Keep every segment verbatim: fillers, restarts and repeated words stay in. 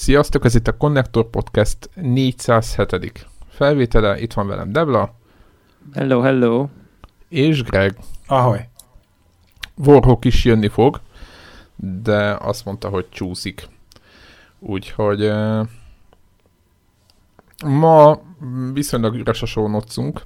Sziasztok, ez itt a Connector Podcast négyszázhetedik felvétele. Itt van velem Debla. Hello, hello. És Greg. Ahoy. Warhawk is jönni fog, de azt mondta, hogy csúszik. Úgyhogy uh, ma viszonylag üres a show-notesunk,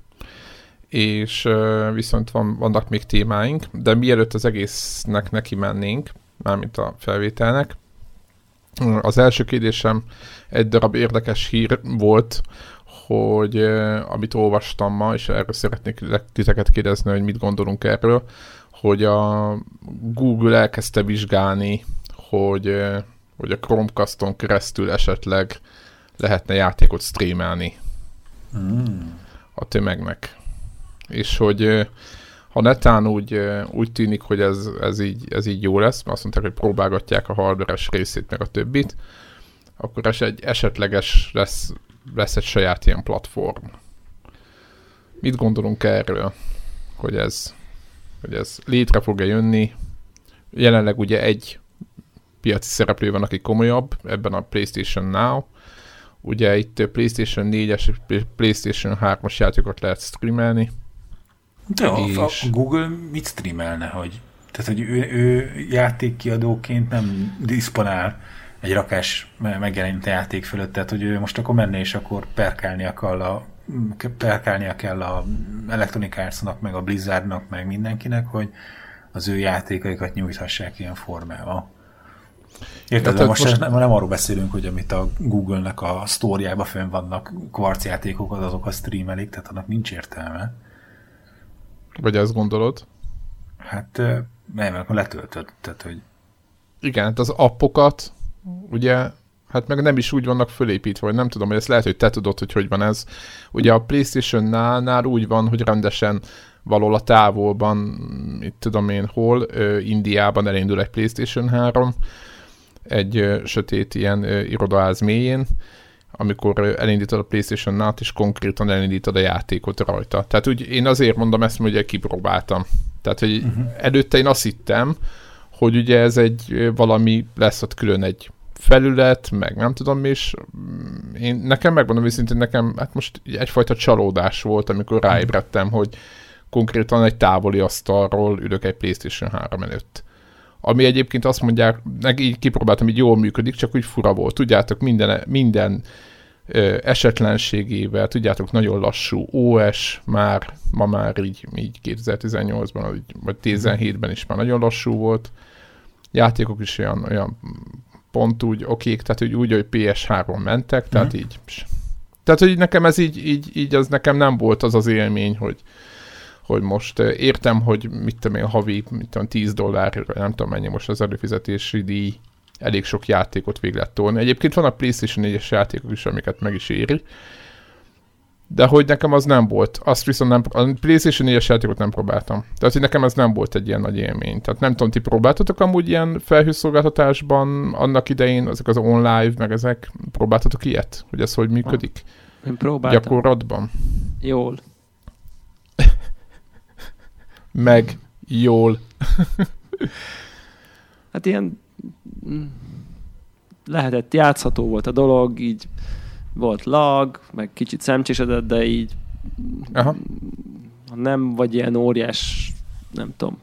és uh, viszont van, vannak még témáink, de mielőtt az egésznek neki mennénk, mármint a felvételnek, az első kérdésem egy darab érdekes hír volt, hogy uh, amit olvastam ma, és erről szeretnék titeket kérdezni, hogy mit gondolunk erről, hogy a Google elkezdte vizsgálni, hogy, uh, hogy a Chromecaston keresztül esetleg lehetne játékot streamelni mm. a tömegnek. És hogy uh, ha netán úgy, uh, úgy tűnik, hogy ez, ez, így, ez így jó lesz, mert azt mondták, hogy próbálgatják a hardveres részét meg a többit, akkor ez egy esetleges lesz, lesz egy saját ilyen platform. Mit gondolunk erről, hogy ez, hogy ez létre fog-e jönni? Jelenleg ugye egy piaci szereplő van, aki komolyabb, ebben a PlayStation Now. Ugye itt PlayStation négyes, PlayStation hármas játékokat lehet streamelni. De és... a Google mit streamelne, hogy, tehát, hogy ő, ő játékkiadóként nem diszponál egy rakás megjelenítő játék fölött, tehát hogy ő most akkor menne és akkor perkálnia kell a, perkálnia kell a Electronic Arts-nak, meg a Blizzardnak, meg mindenkinek, hogy az ő játékaikat nyújthassák ilyen formában. Érted, de most, most nem, nem arról beszélünk, hogy amit a Google-nek a sztóriában fönn vannak kvarc játékokat, azokat streamelik, tehát annak nincs értelme. Vagy ezt gondolod? Hát nem, akkor letöltöd, tehát hogy... Igen, hát az appokat, ugye, hát meg nem is úgy vannak fölépítve, vagy nem tudom, hogy ezt lehet, hogy te tudod, hogy hogy van ez. Ugye a PlayStation-nál úgy van, hogy rendesen valahol a távolban, itt tudom én hol, Indiában elindul egy PlayStation három, egy sötét ilyen irodaház mélyén, amikor elindítod a PlayStation Now-t, és konkrétan elindítod a játékot rajta. Tehát úgy én azért mondom ezt, hogy kipróbáltam. Tehát, hogy uh-huh. előtte én azt hittem, hogy ugye ez egy valami, lesz ott külön egy felület, meg nem tudom, és én, nekem megmondom őszintén, nekem hát most egyfajta csalódás volt, amikor ráébredtem, hogy konkrétan egy távoli asztalról ülök egy PlayStation három előtt. Ami egyébként azt mondják, meg így kipróbáltam, hogy jól működik, csak úgy fura volt. Tudjátok, minden, minden ö, esetlenségével, tudjátok, nagyon lassú ó es már, ma már így, így kétezer-tizennyolcban, vagy tizenhétben is már nagyon lassú volt. Játékok is olyan, olyan pont úgy okék, tehát úgy, úgy hogy pé es három mentek, tehát mm. így. Tehát, hogy nekem ez így, így, így, az nekem nem volt az az élmény, hogy hogy most értem, hogy mit tudom én, havi, mit tudom, tíz dollár, nem tudom mennyi most az előfizetési díj, elég sok játékot végig lehet tolni. Egyébként van a PlayStation négyes játékok is, amiket meg is éri, de hogy nekem az nem volt. Azt viszont nem, a PlayStation négyes játékot nem próbáltam. Tehát, hogy nekem ez nem volt egy ilyen nagy élmény. Tehát nem tudom, ti próbáltatok amúgy ilyen felhőszolgáltatásban annak idején, ezek az online, meg ezek, próbáltatok ilyet? Hogy ez hogy működik? Én próbáltam. Gyakorlatban? Jól. Meg jól. Hát ilyen lehetett, játszható volt a dolog, így volt lag, meg kicsit szemcsésedett, de így aha. Nem vagy ilyen óriás, nem tudom,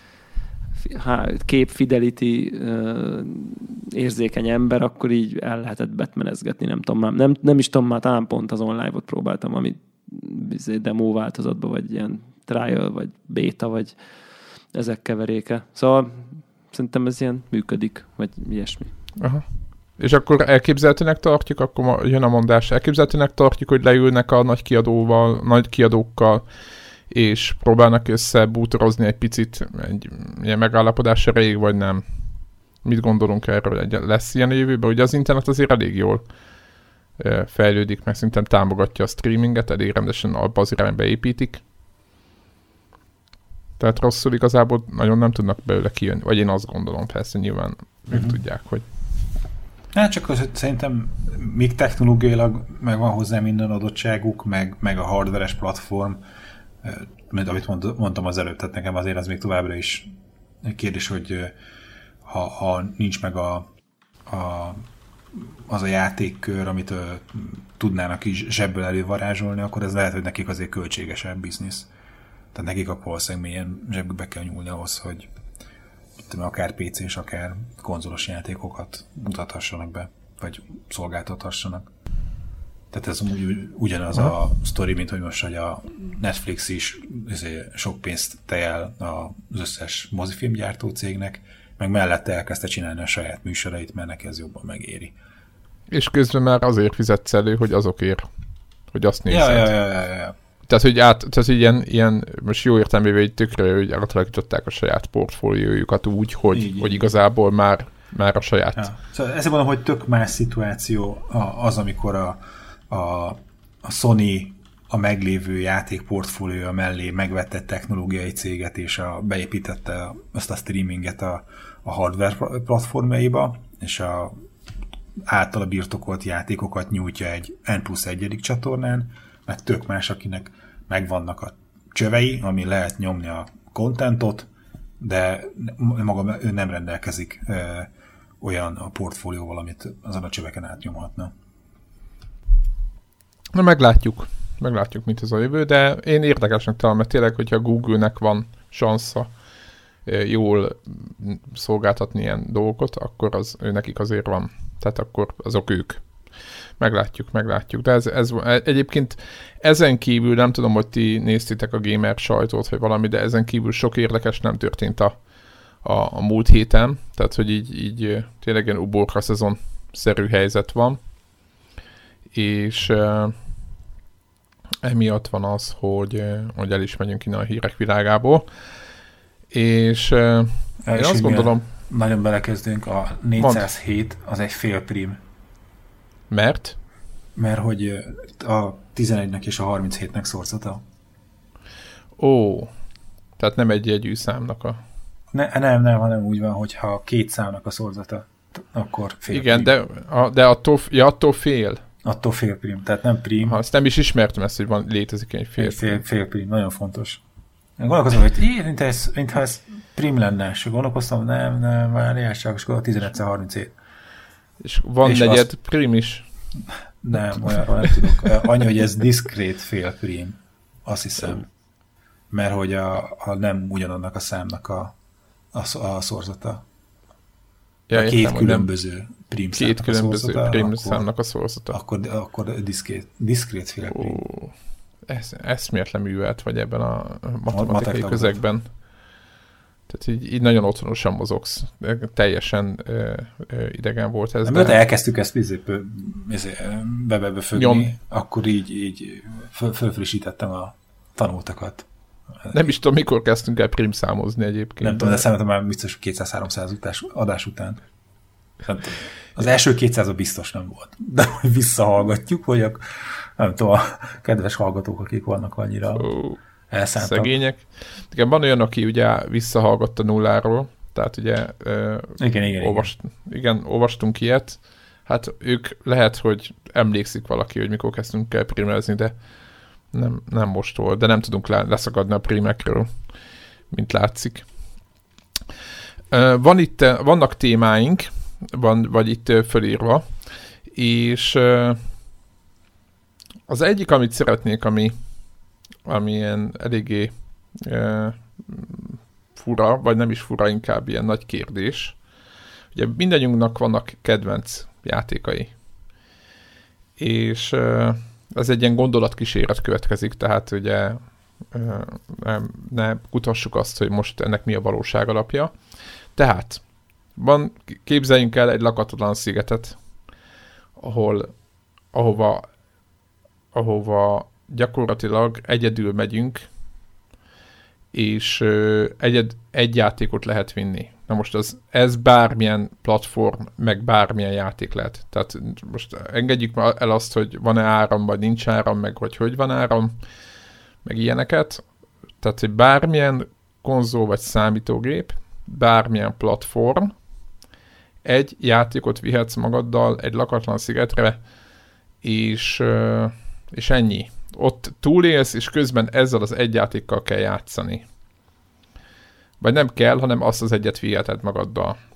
kép fidelity érzékeny ember, akkor így el lehetett batmanezgetni, nem tudom már, nem, nem is tudom már, talán pont az online-ot próbáltam, ami demo változatban, vagy ilyen trial, vagy beta, vagy ezek keveréke. Szóval szerintem ez ilyen működik, vagy ilyesmi. Aha. És akkor elképzelhetőnek tartjuk, akkor jön a mondás, elképzelhetőnek tartjuk, hogy leülnek a nagy kiadóval, nagy kiadókkal, és próbálnak össze bútorozni egy picit egy ilyen megállapodás erejéig, vagy nem? Mit gondolunk erről? Egy, lesz ilyen a jövőben? Ugye az internet azért elég jól fejlődik, meg szerintem támogatja a streaminget, elég rendesen abba az irányba építik. Tehát rosszul igazából nagyon nem tudnak belőle kijönni. Vagy én azt gondolom, persze nyilván ők uh-huh. tudják, hogy... Hát csak az, szerintem még technológiailag meg van hozzá minden adottságuk, meg, meg a hardveres platform, amit mondtam az előtt, tehát nekem azért az még továbbra is kérdés, hogy ha, ha nincs meg a, a az a játékkör, amit ö, tudnának is zsebből elővarázsolni, akkor ez lehet, hogy nekik azért költségesebb biznisz. Tehát nekik akkor valószínűleg mélyen zsebbe kell nyúlni ahhoz, hogy tudom, akár pé cés, akár konzolos játékokat mutathassanak be, vagy szolgáltathassanak. Tehát ez úgy, ugyanaz Aha. a sztori, mint hogy most, hogy a Netflix is sok pénzt tejel az összes mozifilmgyártó cégnek, meg mellette elkezdte csinálni a saját műsorait, mert neki ez jobban megéri. És közben már azért fizetsz elő, hogy azokért, hogy azt nézed. Ja, ja, ja, ja, ja. Tehát, hogy, át, tehát, hogy ilyen, ilyen, most jó értelmével, hogy tökre, hogy átalakították a saját portfóliójukat úgy, hogy, így, hogy igazából már, már a saját. Ja. Szóval ezért mondom, hogy tök más szituáció az, amikor a, a, a Sony a meglévő játékportfóliója mellé megvette technológiai céget, és a, beépítette azt a streaminget a, a hardware platformjaiba, és a általa birtokolt játékokat nyújtja egy N plusz egyedik csatornán, meg tök más, akinek megvannak a csövei, ami lehet nyomni a contentot, de maga ő nem rendelkezik ö, olyan a portfólióval, amit azon a csöveken átnyomhatna. Na meglátjuk. Meglátjuk, mint ez a jövő, de én érdekesnek talán, mert tényleg, hogyha Google-nek van sansza jól szolgáltatni ilyen dolgokat, akkor az ő nekik azért van. Tehát akkor azok ők. Meglátjuk, meglátjuk. De ez, ez egyébként ezen kívül, nem tudom, hogy ti néztétek a gamer sajtót, vagy valami, de ezen kívül sok érdekes nem történt a, a, a múlt héten. Tehát, hogy így, így tényleg ilyen uborka szezon-szerű helyzet van. És uh, emiatt van az, hogy, hogy el is megyünk innen a hírek világából. És uh, én azt gondolom... Nagyon belekezdünk, a négyszázhét az egy fél prim. Mert? Mert hogy a tizenegynek és a harminchétnek szorzata. Ó, tehát nem egy jegyű számnak a... Ne, nem, nem, hanem úgy van, hogyha két számnak a szorzata, akkor fél Igen, prim. de, a, de attól, ja, attól fél. Attól fél prim, tehát nem prim. Ha, azt nem is ismertem ezt, hogy van, létezik egy fél, fél prim. Fél prim, nagyon fontos. Én gondolkozom, hogy így, mintha ez, mintha ez prim lenne, és gondolkoztam, nem, nem, várjál csak, és akkor tizenegy harminchét. És van és negyed azt... prim is? Nem, olyanról nem tudok. Annyi, hogy ez diszkrét fél prim, azt hiszem. Mert hogy a, a nem ugyanannak a számnak a, a, a szorzata. Ja, a két értem, különböző prim két különböző a prim akkor, számnak a szorzata. Akkor, akkor diszkrét, diszkrét fél prim. Ó, ez, eszméletlen művelt vagy ebben a matematikai a közegben. Tehát így, így nagyon otthonosan mozogsz. Teljesen ö, ö, idegen volt ez. Mert de... elkezdtük ezt bebebe fögni, Nyom. akkor így, így föl, fölfrissítettem a tanultakat. Nem is tudom, mikor kezdtünk el prim számozni egyébként. Nem tudom, de szerintem már biztos kétszáz-háromszáz adás után. Az első kétszázban biztos nem volt. De hogy visszahallgatjuk, hogy a, nem tudom, a kedves hallgatók, akik vannak annyira oh, elszántak. Szegények. Igen, van olyan, aki ugye visszahallgatta nulláról, tehát ugye igen, igen, olvast, igen. igen, olvastunk ilyet. Hát ők lehet, hogy emlékszik valaki, hogy mikor kezdtünk el primezni, de nem, nem most volt, de nem tudunk leszakadni a primekről, mint látszik. Van itt, vannak témáink, van, vagy itt fölírva, és az egyik, amit szeretnék, ami, ami ilyen eléggé fura, vagy nem is fura, inkább ilyen nagy kérdés. Ugye mindannyiunknak vannak kedvenc játékai. És ez egy ilyen gondolatkíséret következik, tehát ugye ne, ne kutassuk azt, hogy most ennek mi a valóság alapja. Tehát van, képzeljünk el egy lakatlan szigetet, ahol, ahova, ahova gyakorlatilag egyedül megyünk, és egyed, egy játékot lehet vinni. Na most az, ez bármilyen platform, meg bármilyen játék lehet. Tehát most engedjük el azt, hogy van-e áram, vagy nincs áram, meg hogy hogy van áram, meg ilyeneket. Tehát, hogy bármilyen konzol vagy számítógép, bármilyen platform, egy játékot vihetsz magaddal egy lakatlan szigetre, és, és ennyi. Ott túlélsz, és közben ezzel az egy játékkal kell játszani. Vagy nem kell, hanem azt az egyet viheted magaddal.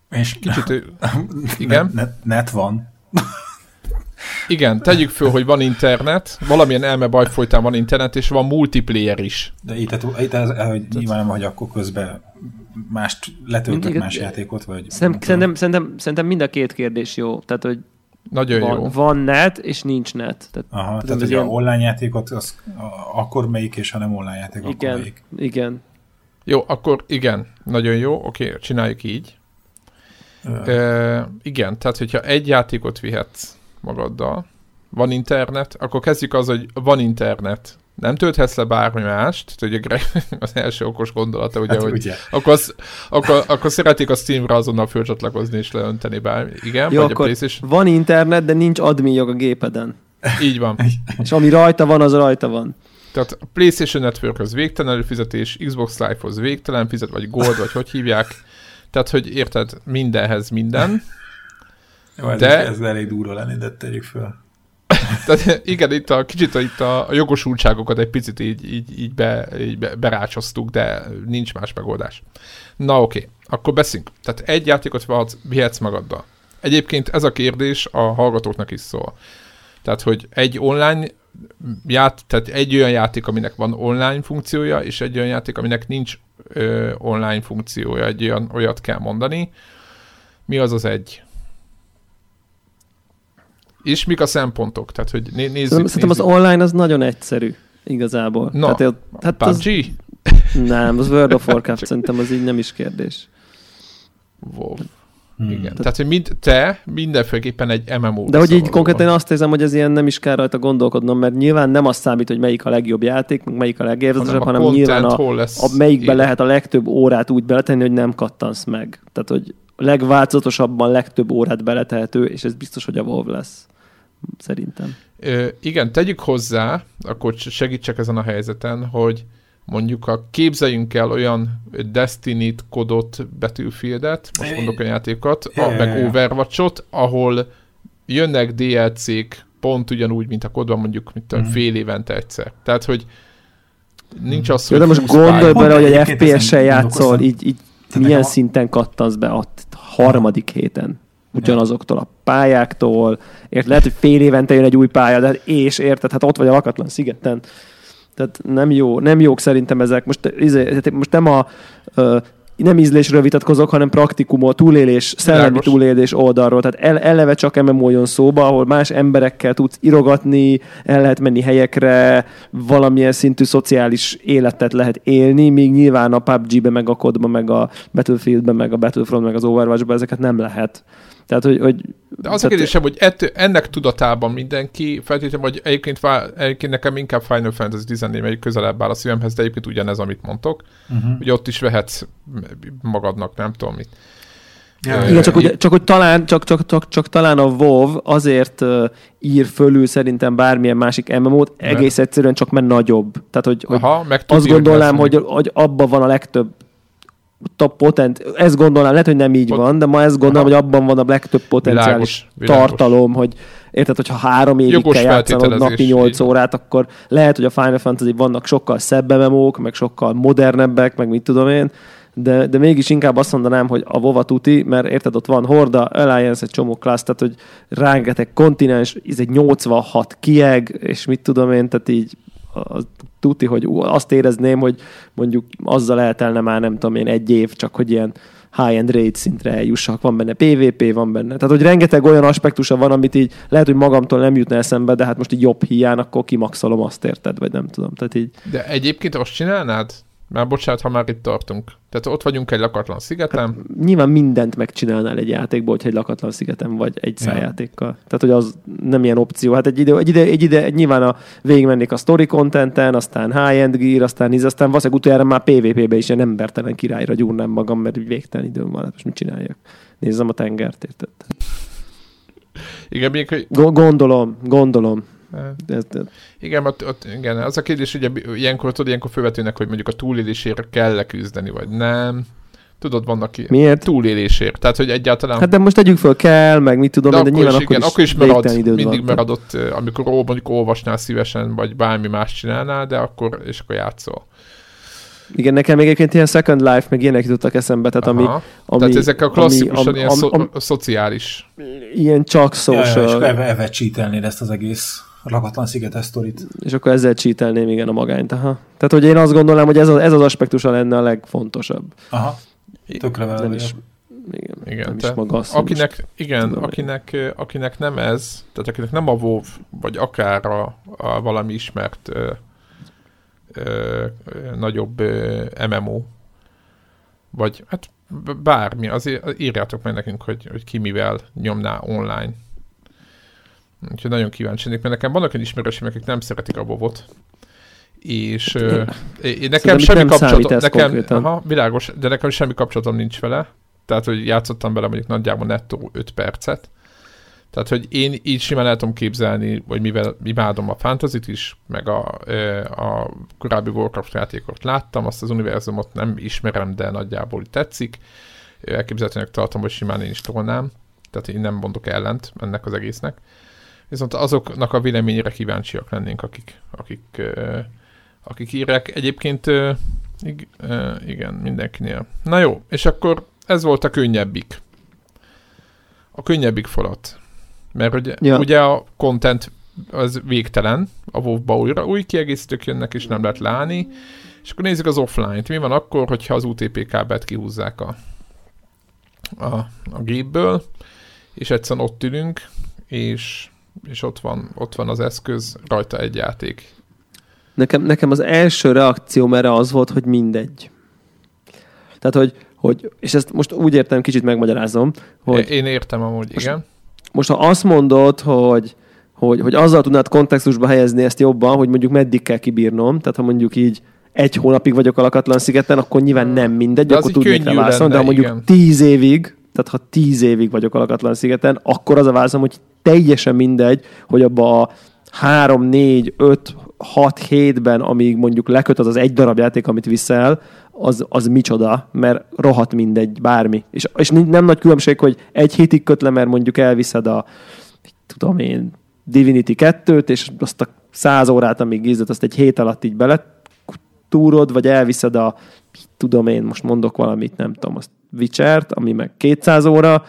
És kicsit... igen? Net, net van. Igen, tegyük föl, hogy van internet, valamilyen elmebaj folytán van internet, és van multiplayer is. De itt, itt ez, hogy nyilván nem, hogy akkor közben mást letöltök más játékot, vagy... Szerintem, szerintem, szerintem, szerintem mind a két kérdés jó. Tehát, hogy nagyon van, jó. Van net, és nincs net. Tehát, Aha, tehát, tehát hogy ilyen... a online játékot, az akkor melyik, és ha nem online játék, igen, akkor melyik. Igen. Jó, akkor igen, nagyon jó, oké, csináljuk így. Ö... E, igen, tehát hogyha egy játékot vihetsz magaddal, van internet, akkor kezdjük az, hogy van internet. Nem tölthetsz le bármi mást, tehát ugye az első okos gondolata, ugye, hát, hogy ugye. Akkor, az, akkor, akkor szeretik a Steamra azonnal fölcsatlakozni és leönteni bármi. Igen, jó, vagy akkor a PlayStation. Van internet, de nincs admin jog a gépeden. Így van. És ami rajta van, az rajta van. Tehát a PlayStation Network az végtelen előfizetés, Xbox Live-hoz végtelen fizet, vagy Gold, vagy hogy hívják. Tehát, hogy érted, mindenhez minden. Jó, ez, de... ez elég durva lenni, de tegyük föl. Tehát igen, itt a, kicsit itt a, a jogosultságokat egy picit így, így, így, be, így be, berácsoztuk, de nincs más megoldás. Na oké, okay. Akkor beszéljünk. Tehát egy játékot vihetsz magaddal. Egyébként ez a kérdés a hallgatóknak is szól. Tehát, hogy egy online ját, tehát egy olyan játék, aminek van online funkciója, és egy olyan játék, aminek nincs ö, online funkciója, egy olyan, olyat kell mondani. Mi az az egy? És mik a szempontok? Tehát, hogy né- nézzük... Szerintem nézzük. Az online az nagyon egyszerű, igazából. Na, tehát, hát pé u bé gé? Az, nem, az World of Warcraft, szerintem az így nem is kérdés. Wow. Hmm. Igen. Tehát, Tehát, hogy mind, te mindenféleképpen egy em em o. De hogy így konkrétan én azt érzem, hogy ez ilyen nem is kell rajta gondolkodnom, mert nyilván nem azt számít, hogy melyik a legjobb játék, meg melyik a legérzősebb, hanem, hanem nyilván a, a melyikben lehet a legtöbb órát úgy beletenni, hogy nem kattansz meg. Tehát, hogy a legváltozatosabban legtöbb órát beletehető, és ez biztos, hogy a WoW lesz. Szerintem. Ö, igen, tegyük hozzá, akkor segítsek ezen a helyzeten, hogy mondjuk a képzeljünk el olyan Destiny-t kodott Battlefieldet, most mondok a játékokat, a, meg Overwatch-ot, ahol jönnek dé el cé-k pont ugyanúgy, mint a kodban mondjuk mint mm. fél évente egyszer. Tehát, hogy nincs az, hogy... De most gondolj bele, hogy egy ef pé es-sel játszol, így, így milyen szinten kattansz be a harmadik héten. Ugyanazoktól a pályáktól, ért, lehet, hogy fél évente jön egy új pálya, de és érted, hát ott vagy a lakatlan szigeten. Tehát nem jó, nem jók szerintem ezek. Most, most nem a uh, nem ízlésről vitatkozok, hanem praktikumot, túlélés, szellemi Lágos. túlélés oldalról. Tehát el, eleve csak em em o jön szóba, ahol más emberekkel tudsz irogatni, el lehet menni helyekre, valamilyen szintű szociális életet lehet élni, míg nyilván a pé u bé gé-be, meg a codba, meg a Battlefield-ben, meg a Battlefront, meg az Overwatch-ban ezeket nem lehet. Tehát, hogy, hogy, de az a kérdésem, hogy ettől, ennek tudatában mindenki, feltétlenül, hogy egyébként, egyébként nekem inkább Final Fantasy tizennégy, melyik közelebb áll a szívemhez, de egyébként ugyanez, amit mondtok, uh-huh. hogy ott is vehetsz magadnak, nem tudom mit. Ja, igen, csak, ugye, csak hogy talán, csak, csak, csak, csak talán a WoW azért uh, ír fölül szerintem bármilyen másik em em o-t, egész mert... egyszerűen csak mert nagyobb. Tehát, hogy, Aha, hogy azt gondolnám, hogy, hogy abban van a legtöbb top potent, ezt gondolom, lehet, hogy nem így Pot- van, de ma ezt gondolom, Aha. hogy abban van a legtöbb potenciális világos, világos. tartalom, hogy érted, hogyha három évig kell játszanod napi nyolc órát, akkor lehet, hogy a Final Fantasy vannak sokkal szebb em em o-k, meg sokkal modernebbek, meg mit tudom én, de, de mégis inkább azt mondanám, hogy a WoW a tuti, mert érted, ott van Horda, Alliance, egy csomó class, tehát hogy rengeteg kontinens, ez egy nyolcvanhat kieg, és mit tudom én, tehát így az tuti, hogy azt érezném, hogy mondjuk azzal eltelne már nem tudom én egy év, csak hogy ilyen high-end raid szintre eljussak. Van benne pé vé pé, van benne. Tehát, hogy rengeteg olyan aspektusa van, amit így lehet, hogy magamtól nem jutna eszembe, de hát most így jobb hiány, akkor kimaxolom, azt érted, vagy nem tudom. Tehát így... De egyébként azt csinálnád? Már bocsánat, ha már itt tartunk. Tehát ott vagyunk egy lakatlan szigeten. Hát, nyilván mindent megcsinálnál egy játékból, hogyha egy lakatlan szigeten vagy egy szájjátékkal. Tehát, hogy az nem ilyen opció. Hát egy ide, egy ide, egy ide egy nyilván a végigmennék a story contenten, aztán high-end gear, aztán íz, aztán valószínűleg utoljára már pé vé pé-be is ilyen embertelen királyra gyúrnám magam, mert végtelen időm van. Hát most mit csináljak? Nézzem a tengert, érted? Igen, még, hogy... Gondolom, gondolom. Ez, ez. Igen, ott, ott, igen, az a kérdés, ugye ilyenkor, tudod, ilyenkor fölvetőnek, hogy mondjuk a túlélésért kell küzdeni, vagy nem. Tudod, vannak ki. Miért? Túlélésért. Tehát, hogy egyáltalán... Hát de most tegyük föl, kell, meg mit tudom, de, de nyilván is, akkor, igen, is akkor is marad, mindig van, marad ott, amikor mondjuk olvasnál szívesen, vagy bármi más csinálnál, de akkor, és akkor játszol. Igen, nekem még egyébként ilyen Second Life, meg ilyenek jutottak eszembe, tehát ami, ami... Tehát ezek a klasszikusan ami, ilyen am, szo- am, szociális. Ilyen csak social. Ja, ja, és eve cheatelnéd ezt az egész lakatlan szigetes sztorit. És akkor ezzel cheatelném, igen, a magányt. Aha. Tehát, hogy én azt gondolom, hogy ez az, ez az aspektusa lenne a legfontosabb. Aha. Tökre vele. Nem is, igen, igen, nem te, is maga azt, akinek, most, igen, tudom, akinek, akinek nem ez, tehát akinek nem a WoW, vagy akár a, a valami ismert ö, ö, ö, nagyobb ö, em em o, vagy hát bármi, azért írjátok meg nekünk, hogy, hogy ki mivel nyomná online. Úgyhogy nagyon kíváncsi lennék, mert nekem vannak olyan ismerőseim, akik nem szeretik a WoW-ot, és ö, én, nekem semmi kapcsolatom, nekem, aha, világos, de nekem semmi kapcsolatom nincs vele, tehát, hogy játszottam vele mondjuk nagyjából nettó öt percet. Tehát, hogy én így simán el tudom képzelni, hogy mivel imádom a fantasyt is, meg a, a korábbi Warcraft játékot láttam, azt az univerzumot nem ismerem, de nagyjából tetszik. Elképzelhetőnek tartom, hogy simán én is tolnám. Tehát én nem mondok ellent ennek az egésznek. Viszont azoknak a véleményére kíváncsiak lennénk, akik, akik, akik írják. Egyébként igen, mindenkinél. Na jó, és akkor ez volt a könnyebbik. A könnyebbik falat. Mert ugye, ja. ugye a content az végtelen, a WoW-ba újra új kiegészítők jönnek, és nem lehet leállni. És akkor nézzük az offline-t. Mi van akkor, hogyha az u té pé kábelt kihúzzák a, a, a gépből, és egyszerűen ott ülünk, és, és ott, van, ott van az eszköz, rajta egy játék. Nekem, nekem az első reakcióm erre az volt, hogy mindegy. Tehát, hogy Hogy, és ezt most úgy értem, kicsit megmagyarázom, hogy... Én értem amúgy, most, igen. Most ha azt mondod, hogy, hogy, hogy azzal tudnád kontextusba helyezni ezt jobban, hogy mondjuk meddig kell kibírnom, tehát ha mondjuk így egy hónapig vagyok a lakatlan szigeten, akkor nyilván nem mindegy, de akkor tudnék rá válaszolni, de ha mondjuk igen. tíz évig, tehát ha tíz évig vagyok a lakatlan szigeten, akkor az a válaszom, hogy teljesen mindegy, hogy abba a három, négy, öt, hat hétben, amíg mondjuk leköt az az egy darab játék, amit viszel, az, az micsoda, mert rohadt mindegy, bármi. És, és nem nagy különbség, hogy egy hétig köt le, mert mondjuk elviszed a, tudom én, Divinity kettőt, és azt a száz órát, amíg ízlet, azt egy hét alatt így bele túrod, vagy elviszed a, tudom én, most mondok valamit, nem tudom, azt Witchert, ami meg kétszáz óra,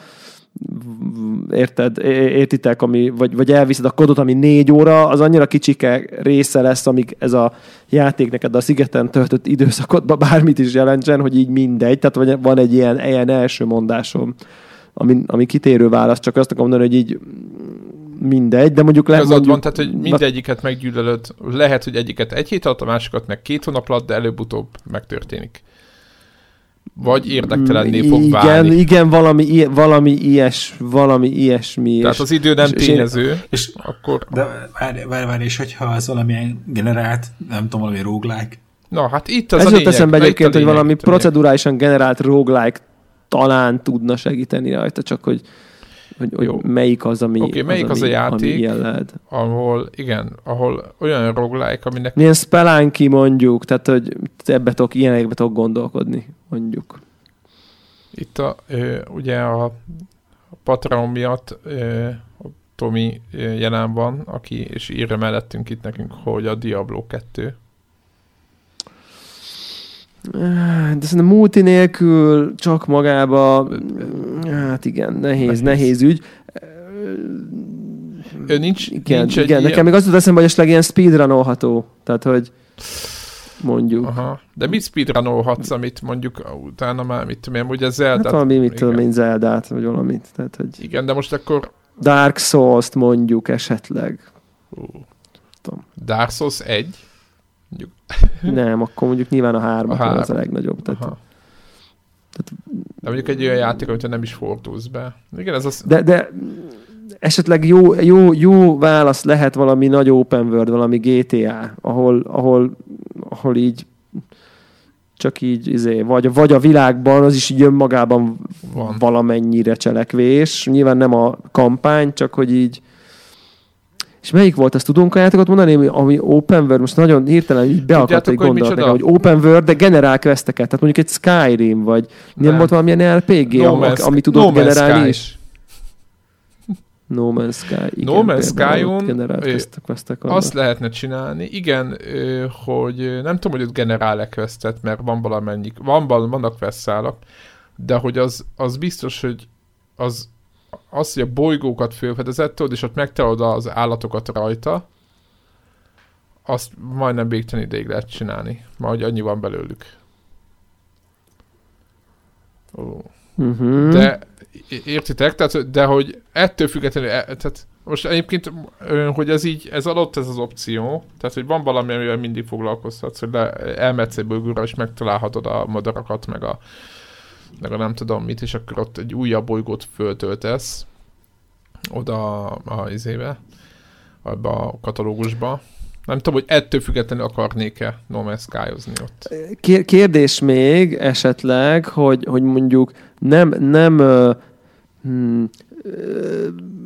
érted, értitek, ami, vagy, vagy elviszed a kodot, ami négy óra, az annyira kicsike része lesz, amíg ez a játék neked a szigeten töltött időszakodban bármit is jelentsen, hogy így mindegy. Tehát van egy ilyen, ilyen első mondásom, ami, ami kitérő válasz, csak azt akarom mondani, hogy így mindegy, de mondjuk lehet... Mondjuk, van, tehát, hogy mindegyiket meggyűlölöd, lehet, hogy egyiket egy hét alatt, a másikat meg két hónap alatt, de előbb-utóbb megtörténik. Vagy érdektelenné fog igen, válni. Igen, valami, valami, ilyes, valami ilyesmi. Tehát és, az idő nem és, tényező. És, és akkor... De várj, várj, várj, és hogyha az valamilyen generált, nem tudom, valami roguelike. Na, hát itt az ez a lényeg. Ez eszembe egyébként, hogy valami procedurálisan generált roguelike talán tudna segíteni rajta, csak hogy hogy, hogy melyik az, ami, okay, melyik az, az ami, a játék, ahol, igen, ahol olyan roguelike, aminek... Milyen Spelunky mondjuk, tehát, hogy ebbe tudok, ilyenekbe tudok gondolkodni, mondjuk. Itt a, ö, ugye a, a Patreon miatt ö, a Tomi jelen van, aki, és írja mellettünk itt nekünk, hogy a Diablo kettő. De szerintem multi nélkül csak magába, hát igen, nehéz, nehéz, nehéz ügy. Ő nincs, igen, nincs igen, egy nekem ilyen... még azt jut eszembe, hogy esetleg ilyen speedrunolható. Tehát, hogy mondjuk. Aha. De mit speedrunolhatsz, amit mondjuk utána már, mit tudom én, ugye Zeldát... Hát valami, mit tudom én, Zeldát, vagy valamit. Tehát, hogy igen, de most akkor... Dark Souls-t mondjuk esetleg. Uh. Dark Souls egy? Mondjuk. Nem, akkor mondjuk nyilván a hármat a három. Az a legnagyobb. Tehát, tehát, de mondjuk egy olyan játék, amit nem is fordulsz be. Igen, ez az... De, de esetleg jó, jó, jó válasz lehet valami nagy open world, valami gé té á, ahol, ahol, ahol így csak így, izé, vagy, vagy a világban az is így önmagában van valamennyire cselekvés. Nyilván nem a kampány, csak hogy így. És melyik volt, azt tudunk a játékot mondani, ami open world, most nagyon hirtelen így beakadt egy gondolat nekem, hogy open world, de generál questeket, tehát mondjuk egy Skyrim, vagy nem, nem volt valamilyen er pé gé, no ami, ami tudott no generálni is. No Man's Sky. Igen, No Man's Sky-on azt annak. lehetne csinálni. Igen, hogy nem tudom, hogy ott generál-e questet, mert van valamennyi, van, vannak questszálak, de hogy az, az biztos, hogy az, az, hogy a bolygókat fölfedezett, és ott megtalálod az állatokat rajta, azt majdnem végtelen ideig lehet csinálni. Majd annyi van belőlük. Oh. Uh-huh. De értitek? Tehát, de hogy ettől függetlenül, tehát most egyébként, hogy ez így, ez adott ez az opció, tehát, hogy van valami, amivel mindig foglalkoztatsz, hogy le, elmetsz egy bolygóra, és megtalálhatod a madarakat, meg a, meg a nem tudom mit, és akkor ott egy újabb bolygót föltöltesz oda a, a izébe, abba a katalógusba. Nem tudom, hogy ettől függetlenül akarnék-e No Man's Sky-ozni ott. Kérdés még esetleg, hogy, hogy mondjuk nem, nem uh, hmm, uh,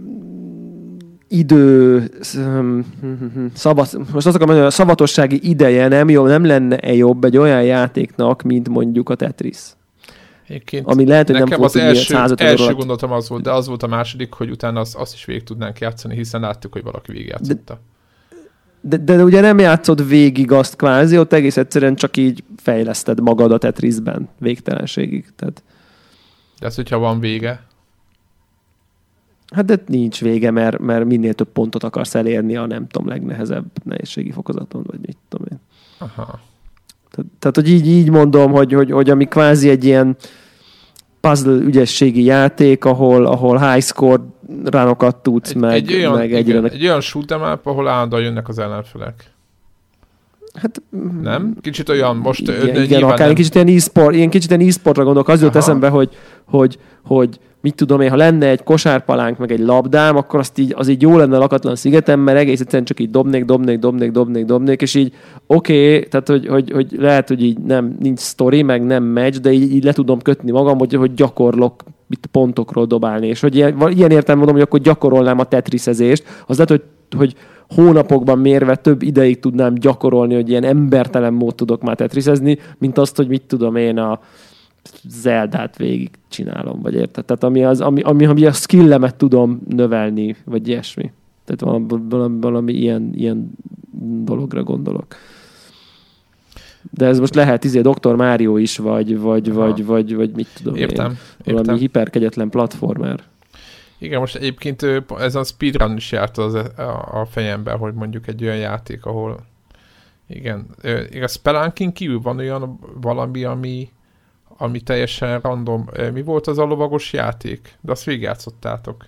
idő um, szabad, most azt akarom mondani, a szavatossági ideje nem, jobb, nem lenne-e jobb egy olyan játéknak, mint mondjuk a Tetris? Egyébként ami lehet, hogy nekem nem az első, első alatt. gondolatom az volt, de az volt a második, hogy utána azt, azt is végig tudnánk játszani, hiszen láttuk, hogy valaki végigjátszotta. De, de, de ugye nem játszod végig azt kvázi, ott egész egyszerűen csak így fejleszted magad a Tetrisben végtelenségig. Tehát... De ez, hogyha van vége? Hát de nincs vége, mert, mert minél több pontot akarsz elérni a nem tudom, legnehezebb nehézségi fokozaton, vagy mit tudom én. Aha. Tehát, tehát hogy így, így mondom, hogy, hogy, hogy ami kvázi egy ilyen puzzle ügyességi játék, ahol, ahol high score runokat tudsz, egy, meg, egy olyan, meg egyre... egyre... Egy olyan shoot'em up, ahol állandóan jönnek az ellenfelek. Hát, nem? Kicsit olyan most... Igen, igen akár nem... kicsit ilyen e-sport, ilyen kicsit ilyen e-sportra gondolok, az jut eszembe, hogy, hogy, hogy mit tudom én, ha lenne egy kosárpalánk, meg egy labdám, akkor azt így, az így jó lenne lakatlan szigeten, mert egész egyszerűen csak így dobnék, dobnék, dobnék, dobnék, dobnék, és így oké, okay, tehát hogy, hogy, hogy lehet, hogy így nem, nincs sztori, meg nem meccs, de így, így le tudom kötni magam, hogy, hogy gyakorlok itt pontokról dobálni, és hogy ilyen, ilyen értem mondom, hogy akkor gyakorolnám a tetrisezést, az lehet, hogy, hogy hónapokban mérve több ideig tudnám gyakorolni, hogy ilyen embertelen mód tudok már tetrisezni, mint azt, hogy mit tudom én a Zeldát végig csinálom, vagy érted? Tehát ami, az, ami, ami, ami a skillemet tudom növelni, vagy ilyesmi. Tehát valami, valami, valami ilyen, ilyen dologra gondolok. De ez most lehet izé doktor Mario is, vagy, vagy, vagy, vagy, vagy mit tudom értem, én. Valami értem. hiperkegyetlen platformer. Igen, most egyébként ez a speedrun is járt az a, a fejemben, hogy mondjuk egy olyan játék, ahol igen, igaz, Spelunkin kívül van olyan valami, ami ami teljesen random. Mi volt az a lovagos játék? De azt végigjátszottátok.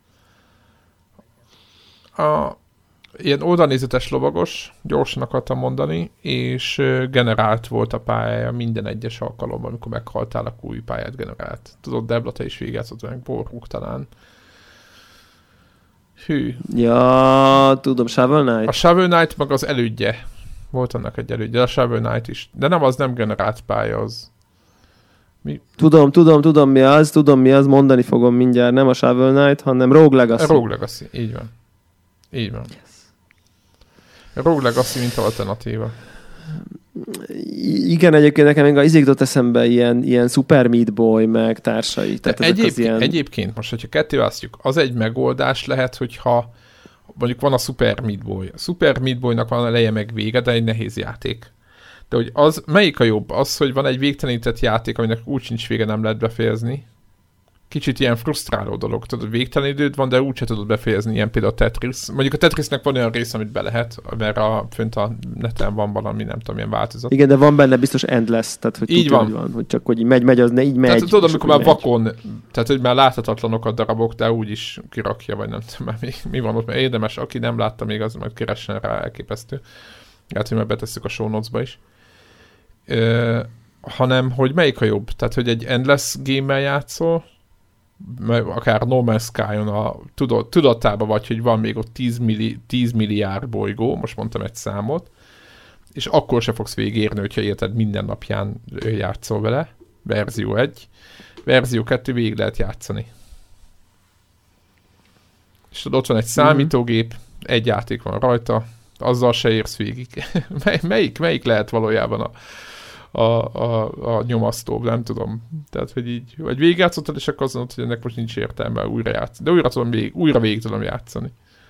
A, ilyen oldalnézetes lovagos, gyorsan akartam mondani, és generált volt a pályája minden egyes alkalommal, amikor meghaltál, akkor új pályát generált. Tudod, Debla, te is végigjátszott, meg Borruk talán. Hű. Ja, tudom, Shovel Knight. A Shovel Knight meg az elődje. Volt annak egy elődje, a Shovel Knight is. De nem, az nem generált pálya, az Mi? Tudom, tudom, tudom mi az, tudom mi az, mondani fogom mindjárt, nem a Shovel Knight, hanem Rogue Legacy. A Rogue Legacy, így van. Így van. Yes. A Rogue Legacy, mint alternatíva. Igen, egyébként nekem még az jutott eszembe ilyen, ilyen Super Meat Boy, meg társai. Tehát egyéb, ilyen... Egyébként most, hogyha ketté választjuk, az egy megoldás lehet, hogyha mondjuk van a Super Meat Boy. A Super Meat Boynak van eleje meg vége, de egy nehéz játék. De hogy az, melyik a jobb? Az, hogy van egy végtelenített játék, aminek úgy sincs vége, nem lehet befejezni. Kicsit ilyen frusztráló dolog. Tudod, végtelen időd van, de úgyse tudod befejezni, ilyen például a Tetris. Mondjuk a Tetrisnek van olyan rész, amit be lehet, mert a, fönt a neten van valami, nem tudom, ilyen változat. Igen, de van benne biztos endless, tehát hogy így tudja, van. Hogy van, hogy csak hogy megy, megy, az ne így megy. Tehát tudod, amikor már vakon, tehát hogy már láthatatlanok a darabok, de úgy is kirakja, vagy nem tudom, mi, mi van ott, mert érdemes, aki nem látta még, az majd keressen rá, elképesztő. Hát, hogy már betesszük a show notes-ba is. Ö, hanem, hogy melyik a jobb? Tehát, hogy egy endless game-mel játszol, akár No Man's Sky-on a tudod, tudatában vagy, hogy van még ott tíz, milli, tíz milliárd bolygó, most mondtam egy számot, és akkor se fogsz végigérni, hogyha érted, minden napján játszol vele. Verzió egy. Verzió kettő végig lehet játszani. És tudod, ott van egy számítógép, egy játék van rajta, azzal se érsz végig. Melyik, melyik lehet valójában a, a, a, a nyomasztóbb, nem tudom. Tehát, hogy így, vagy végigjátszottad, és akkor azt mondod, hogy ennek most nincs értelme újra játszani. De újra, tudom, vég, újra végig tudom játszani.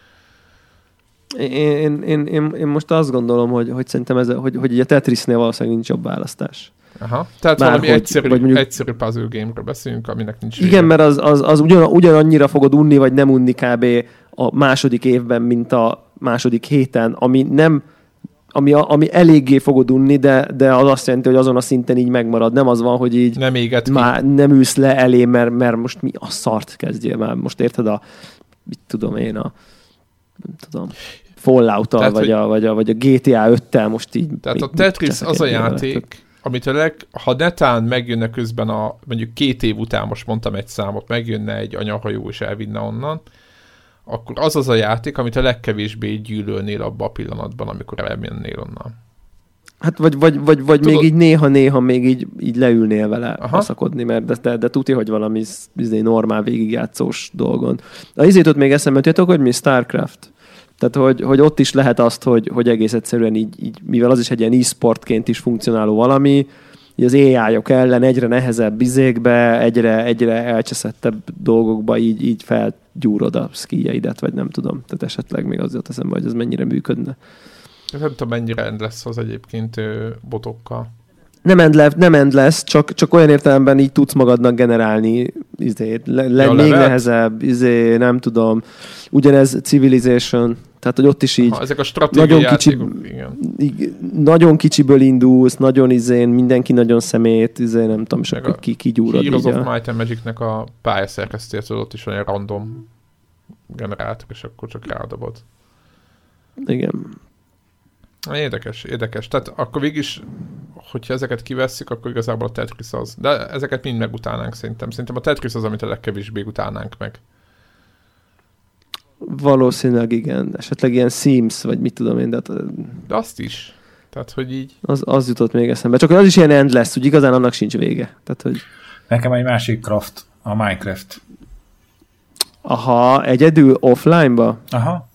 Én, én, én, én most azt gondolom, hogy, hogy szerintem ez, hogy, hogy a Tetrisnél valószínűleg nincs jobb választás. Aha. Tehát Bár valami hogy, egyszerű, mondjuk, egyszerű puzzle game-ről beszélünk, aminek nincs igen, vége. mert az, az, az ugyan, ugyanannyira fogod unni, vagy nem unni kb. A második évben, mint a második héten, ami nem ami, ami eléggé fogod unni, de, de az azt jelenti, hogy azon a szinten így megmarad. Nem az van, hogy így nem éget már ki. nem ülsz le elé, mert, mert most mi a szart kezdjél már. Most érted a, mit tudom én, a nem tudom, Fallout-tal, tehát, vagy, a, vagy, a, vagy a gé té á öttel most így... Tehát a Tetris az a játék, vele. Amit a leg, ha netán megjönne közben a, mondjuk két év után, most mondtam egy számot, megjönne egy anyahajó és elvinne onnan, akkor az az a játék, amit a legkevésbé gyűlölnél abban a pillanatban, amikor elmennél onnan. Hát vagy, vagy, vagy, vagy még így néha-néha még így, így leülnél vele haszakodni, mert de, de, de tuti, hogy valami izé, normál végigjátszós dolgon. A izét ott még eszembe tudjátok, hogy mi Starcraft. Tehát, hogy, hogy ott is lehet azt, hogy, hogy egész egyszerűen így, így, mivel az is egy ilyen e-sportként is funkcionáló valami, így az á í-ok ellen egyre nehezebb bizékbe, egyre, egyre elcseszettebb dolgokba így, így felgyúrod a skijeidet, vagy nem tudom. Tehát esetleg még azért eszembe, hogy ez mennyire működne. Nem tudom, mennyire end lesz az egyébként botokkal. Nem endless, nem endless, csak, csak olyan értelemben így tudsz magadnak generálni izét. Le, le, ja, még levet? Nehezebb, izé, nem tudom. Ugyanez Civilization, tehát hogy ott is így aha, ezek a stratégiai játékok, igen. Nagyon kicsiből indulsz, nagyon izén, mindenki nagyon szemét, izé, nem tudom, és akkor ki, kigyúrod. Heroes of Might and Magicnek a pályaszerkesztést, ott is olyan random generátor, és akkor csak rádobod. Igen. Érdekes, érdekes. Tehát akkor végig hogyha ezeket kivesszük, akkor igazából a Tetris az. De ezeket mind megutálnánk szerintem. Szerintem a Tetris az, amit a legkevésbé utálnánk meg. Valószínűleg igen. Esetleg ilyen Sims, vagy mit tudom én. De, de azt is. Tehát, hogy így... Az, az jutott még eszembe. Csak az is ilyen endless, úgy igazán annak sincs vége. Tehát, hogy... Nekem egy másik craft, a Minecraft. Aha, egyedül offline-ba? Aha.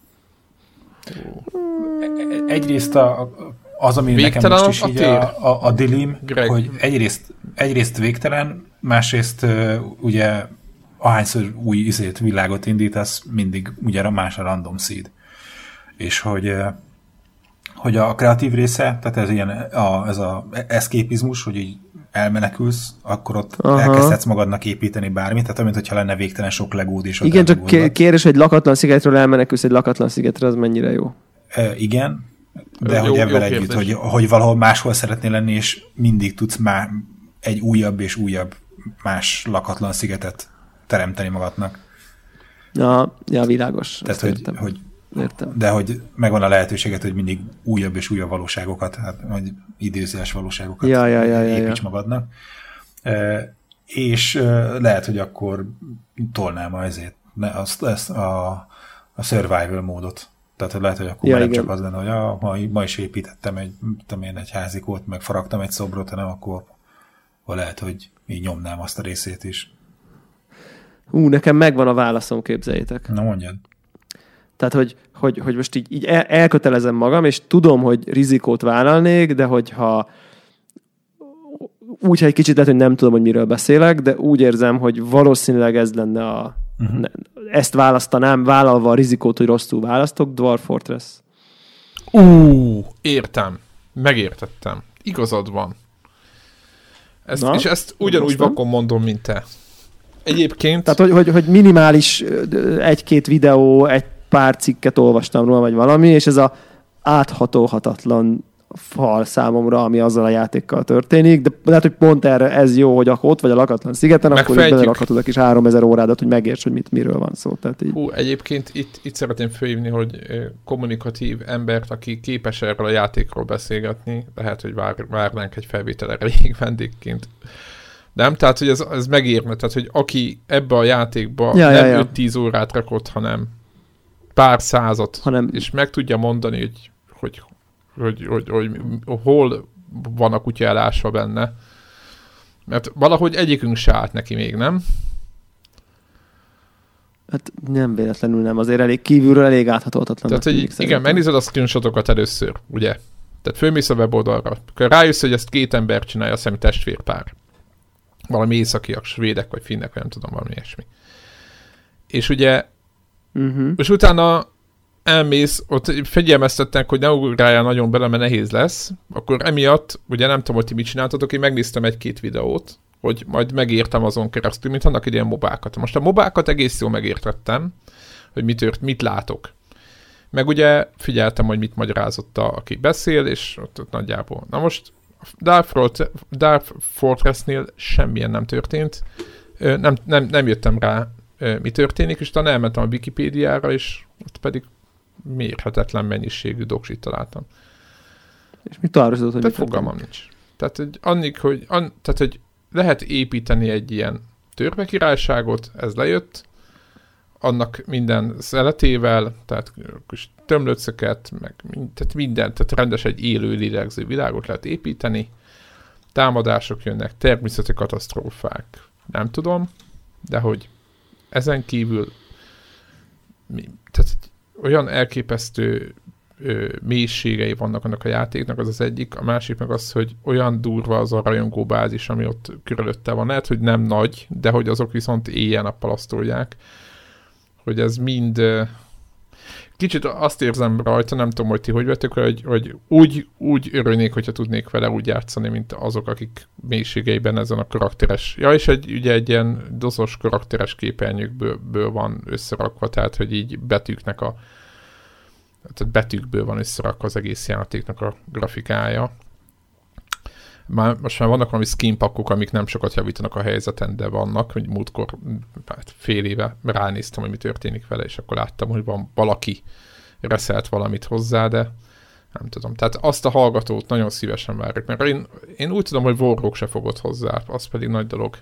Egyrészt a, az, ami végtelen nekem most is így a, a, a dilim, Greg. Hogy egyrészt, egyrészt végtelen, másrészt uh, ugye ahányszor új izét, világot indítasz, mindig ugye más a random seed. És hogy, uh, hogy a kreatív része, tehát ez ilyen a, ez a eszképizmus, hogy így elmenekülsz, akkor ott aha. elkezdhetsz magadnak építeni bármit, tehát amint, hogyha lenne végtelen sok legód és igen, csak kérdés, hogy lakatlan szigetről elmenekülsz egy lakatlan szigetre, az mennyire jó? E, igen, de jó, hogy ebben együtt, hogy, hogy valahol máshol szeretnél lenni, és mindig tudsz már egy újabb és újabb más lakatlan szigetet teremteni magadnak. Ja, ja világos. Tehát, hogy, hogy értem. De hogy megvan a lehetőséget, hogy mindig újabb és újabb valóságokat, hát vagy időzős valóságokat ja, ja, ja, ja, építs ja. magadnak. E, és e, lehet, hogy akkor tolnám azért azt, ezt a, a survival módot. Tehát hogy lehet, hogy akkor ja, nem csak az lenne, hogy ah, ma, ma is építettem egy, tudom én, egy házikót, meg faragtam egy szobrot, hanem akkor, akkor lehet, hogy így nyomnám azt a részét is. Ú, nekem megvan a válaszom, képzeljétek. Na mondjad. Tehát, hogy, hogy, hogy most így, így el, elkötelezem magam, és tudom, hogy rizikót vállalnék, de hogyha úgy, ha egy kicsit lehet, hogy nem tudom, hogy miről beszélek, de úgy érzem, hogy valószínűleg ez lenne a uh-huh. ne, ezt választanám, vállalva a rizikót, hogy rosszul választok, Dwarf Fortress. Ú, értem. Megértettem. Igazad van. Ezt, és ezt ugyanúgy vakon mondom, mint te. Egyébként... Tehát, hogy, hogy, hogy minimális egy-két videó, egy pár cikket olvastam róla, vagy valami, és ez a áthatolhatatlan fal számomra, ami azzal a játékkal történik, de lehet, hogy pont erre ez jó, hogy akkor ott vagy a lakatlan szigeten, akkor belerakhatod a kis háromezer órádat, hogy megérts, hogy mit, miről van szó. Tehát így. Hú, egyébként itt, itt szeretném fölhívni, hogy kommunikatív embert, aki képes erről a játékról beszélgetni, lehet, hogy vár, várnánk egy felvételre végig vendégként. Nem? Tehát, hogy ez, ez megérne. Tehát, hogy aki ebbe a játékba ja, nem ja, ja. öt-tíz órát rakott, hanem pár százat, hanem... és meg tudja mondani, hogy, hogy, hogy, hogy, hogy, hogy hol van a kutya elásva benne. Mert valahogy egyikünk se állt neki még, nem? Hát nem véletlenül nem. Azért elég kívülről elég áthatolhatatlan. Tehát, hogy igen, megnézed a screenshotokat először, ugye? Tehát fölmész a weboldalra, akkor rájössz, hogy ezt két ember csinálja, azt hiszem, testvérpár. Valami északiak, svédek, vagy finnek, vagy nem tudom, valami ilyesmi. És ugye, uh-huh. és utána elmész, ott fegyelmeztettek, hogy ne ugráljál nagyon bele, mert nehéz lesz, akkor emiatt, ugye nem tudom, hogy ti mit csináltatok, én megnéztem egy-két videót, hogy majd megértem azon keresztül, mint annak idején mobákat. Most a mobákat egész jól megértettem, hogy mit, tört, mit látok. Meg ugye figyeltem, hogy mit magyarázott a, aki beszél, és ott, ott nagyjából. Na most Dark Fortressnél semmilyen nem történt. Nem, nem, nem jöttem rá, mi történik, és utána elmentem a Wikipédiára, és ott pedig mérhetetlen mennyiségű doksit találtam. És mit találkozol, hogy tehát fogalmam nincs. Tehát, hogy annik, hogy, an, tehát, hogy lehet építeni egy ilyen törpekirályságot, ez lejött, annak minden szeletével, tehát tömlöcöket, meg tehát minden, tehát rendes egy élő lélegző világot lehet építeni, támadások jönnek, természeti katasztrófák, nem tudom, de hogy ezen kívül tehát olyan elképesztő ö, mélységei vannak annak a játéknak, az az egyik, a másik meg az, hogy olyan durva az a rajongóbázis, ami ott körülötte van. Lehet, hogy nem nagy, de hogy azok viszont éjjel-nappal azt tolják, hogy ez mind ö, kicsit azt érzem rajta, nem tudom, hogy ti hogy vettek, hogy, hogy úgy, úgy örülnék, hogyha tudnék vele úgy játszani, mint azok, akik mélységeiben ezen a karakteres. Ja, és egy, ugye egy ilyen doszos karakteres képernyőkből van összerakva, tehát, hogy így betűknek a tehát betűkből van összerakva az egész játéknak a grafikája. Már, most már vannak valami skinpackok, amik nem sokat javítanak a helyzeten, de vannak, hogy múltkor hát fél éve ránéztem, hogy mi történik vele, és akkor láttam, hogy van valaki reszelt valamit hozzá, de nem tudom. Tehát azt a hallgatót nagyon szívesen várjuk, mert én, én úgy tudom, hogy Warrock se fogott hozzá, az pedig nagy dolog.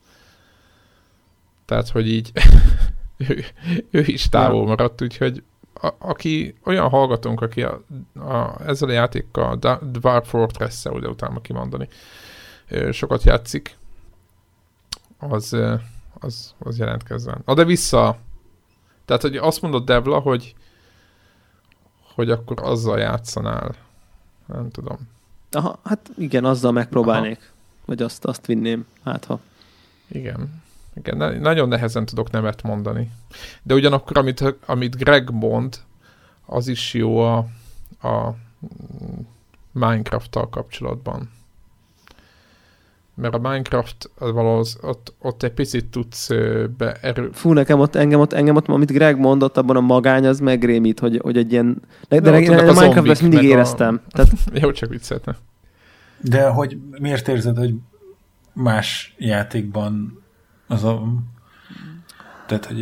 Tehát, hogy így ő, ő is távol maradt, úgyhogy a, aki olyan hallgatónk, aki a, a, ezzel a játékkal, a Dwarf Fortress-szel, ugye utána kimondani, sokat játszik, az, az, az jelentkezzen. Na de vissza, tehát hogy azt mondod, Devla, hogy hogy akkor azzal játszanál. Nem tudom. Aha, hát igen, azzal megpróbálnék. Aha. Vagy azt, azt vinném, hát ha. Igen. Igen, ne, nagyon nehezen tudok nevet mondani. De ugyanakkor, amit, amit Greg mond, az is jó a, a Minecraft-tal kapcsolatban. Mert a Minecraft valahogy ott, ott egy picit tudsz beerő... Fú, nekem ott, engem ott, engem ott, amit Greg mondott, abban a magány, az megrémít, hogy, hogy egy ilyen... De, de, de a, a Minecraft ezt mindig éreztem. A... Tehát... Jó, csak vicceltem. De hogy miért érzed, hogy más játékban az a... Tehát, hogy...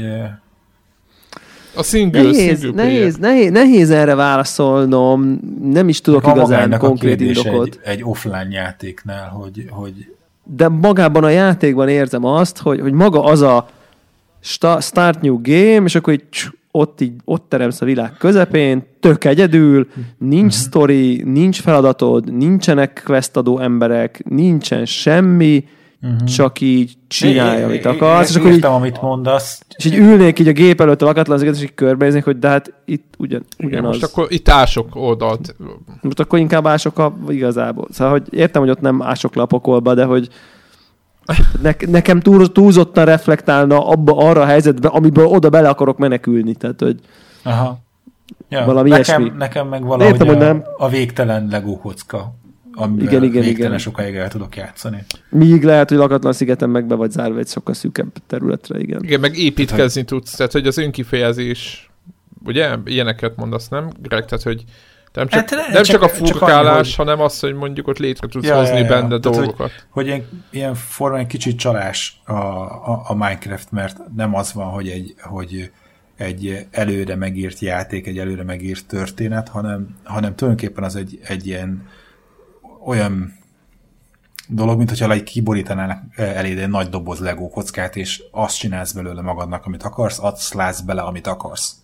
A single, nehéz, single nehéz, nehéz, nehéz erre válaszolnom, nem is tudok igazán konkrét indokot. Egy, egy offline játéknál, hogy, hogy... De magában a játékban érzem azt, hogy, hogy maga az a start new game, és akkor így ott, így, ott teremsz a világ közepén, tök egyedül, nincs uh-huh. sztori, nincs feladatod, nincsenek questadó emberek, nincsen semmi, uh-huh. csak így csinálj, é, amit akarsz. És akkor értem, így, amit mondasz. És így ülnék így a gép előtt a lakatlan sziget, és így körbenéznék, hogy de hát itt ugyan, ugyanaz. Igen, most akkor itt ások oldalt. Most akkor inkább ások a, igazából. Szóval, hogy értem, hogy ott nem ások le a pokolba, de hogy ne, nekem túl, túlzottan reflektálna abba, arra a helyzetbe, amiből oda bele akarok menekülni. Tehát, hogy aha. Ja, valami nekem, ilyesmi. Nekem meg valahogy értem, a, hogy nem. a végtelen Lego kocka, amivel igen, igen, végtelen igen. sokáig el tudok játszani. Míg lehet, hogy lakatlan szigeten meg be vagy zárva egy sokkal szűkebb területre, igen. Igen, meg építkezni hát, tudsz, tehát hogy az önkifejezés, ugye, ilyeneket mondasz, nem, Greg? Tehát, hogy nem csak, hát, nem csak, csak a furkálás, csak annyi, hanem az, hogy mondjuk ott létre tudsz ja, hozni ja, ja. benne tehát, dolgokat. Hogy, hogy ilyen, ilyen formán egy kicsit csalás a, a, a Minecraft, mert nem az van, hogy egy, hogy egy előre megírt játék, egy előre megírt történet, hanem, hanem tulajdonképpen az egy, egy ilyen olyan dolog, mint hogyha kiborítanának eléd egy nagy doboz Lego kockát, és azt csinálsz belőle magadnak, amit akarsz, azt látsz bele, amit akarsz.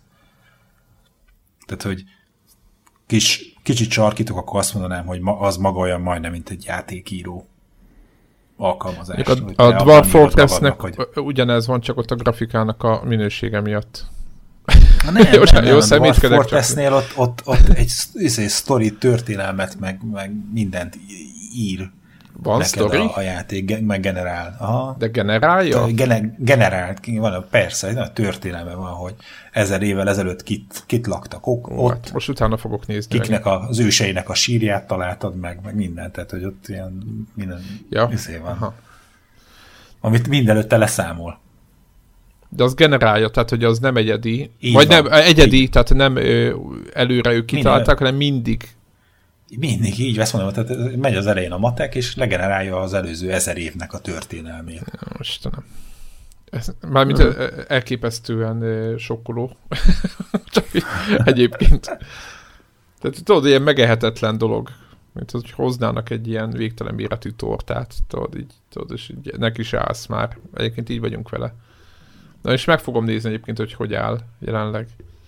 Tehát, hogy kis, kicsit sarkítok, akkor azt mondanám, hogy ma, az maga olyan majdnem, mint egy játékíró alkalmazás. A, a Dwarf Fortressnek hogy... ugyanez van, csak ott a grafikának a minősége miatt. Na nem, jó, nem, jó, nem. A Fortressnél ott, ott, ott egy, egy sztori történelmet, meg, meg mindent ír. Van sztori? A, a játék, meg generál. Aha. De generálja? Gene, generál, van, persze, a történelme van, hogy ezer évvel ezelőtt kit, kit laktak ott. Ó, hát most utána fogok nézni. Kiknek a, az őseinek a sírját találtad meg, meg mindent, tehát hogy ott ilyen minden ja. izé van. Aha. Amit mindenütte leszámol. De az generálja, tehát hogy az nem egyedi, így vagy van. Nem egyedi, így. Tehát nem ö, előre ők kitalálták, hanem mindig. Mindig így, ezt mondom, tehát megy az elején a matek, és legenerálja az előző ezer évnek a történelmét. Ja, Istenem. Ez, mármint uh-huh. elképesztően sokkoló. Csak egyébként. Tehát tudod, ilyen megehetetlen dolog, mint hogy hoznának egy ilyen végtelen méretű tortát, tudod, így, tudod, és így, neki is állsz már. Egyébként így vagyunk vele. Na és meg fogom nézni egyébként, hogy hogy áll jelenleg.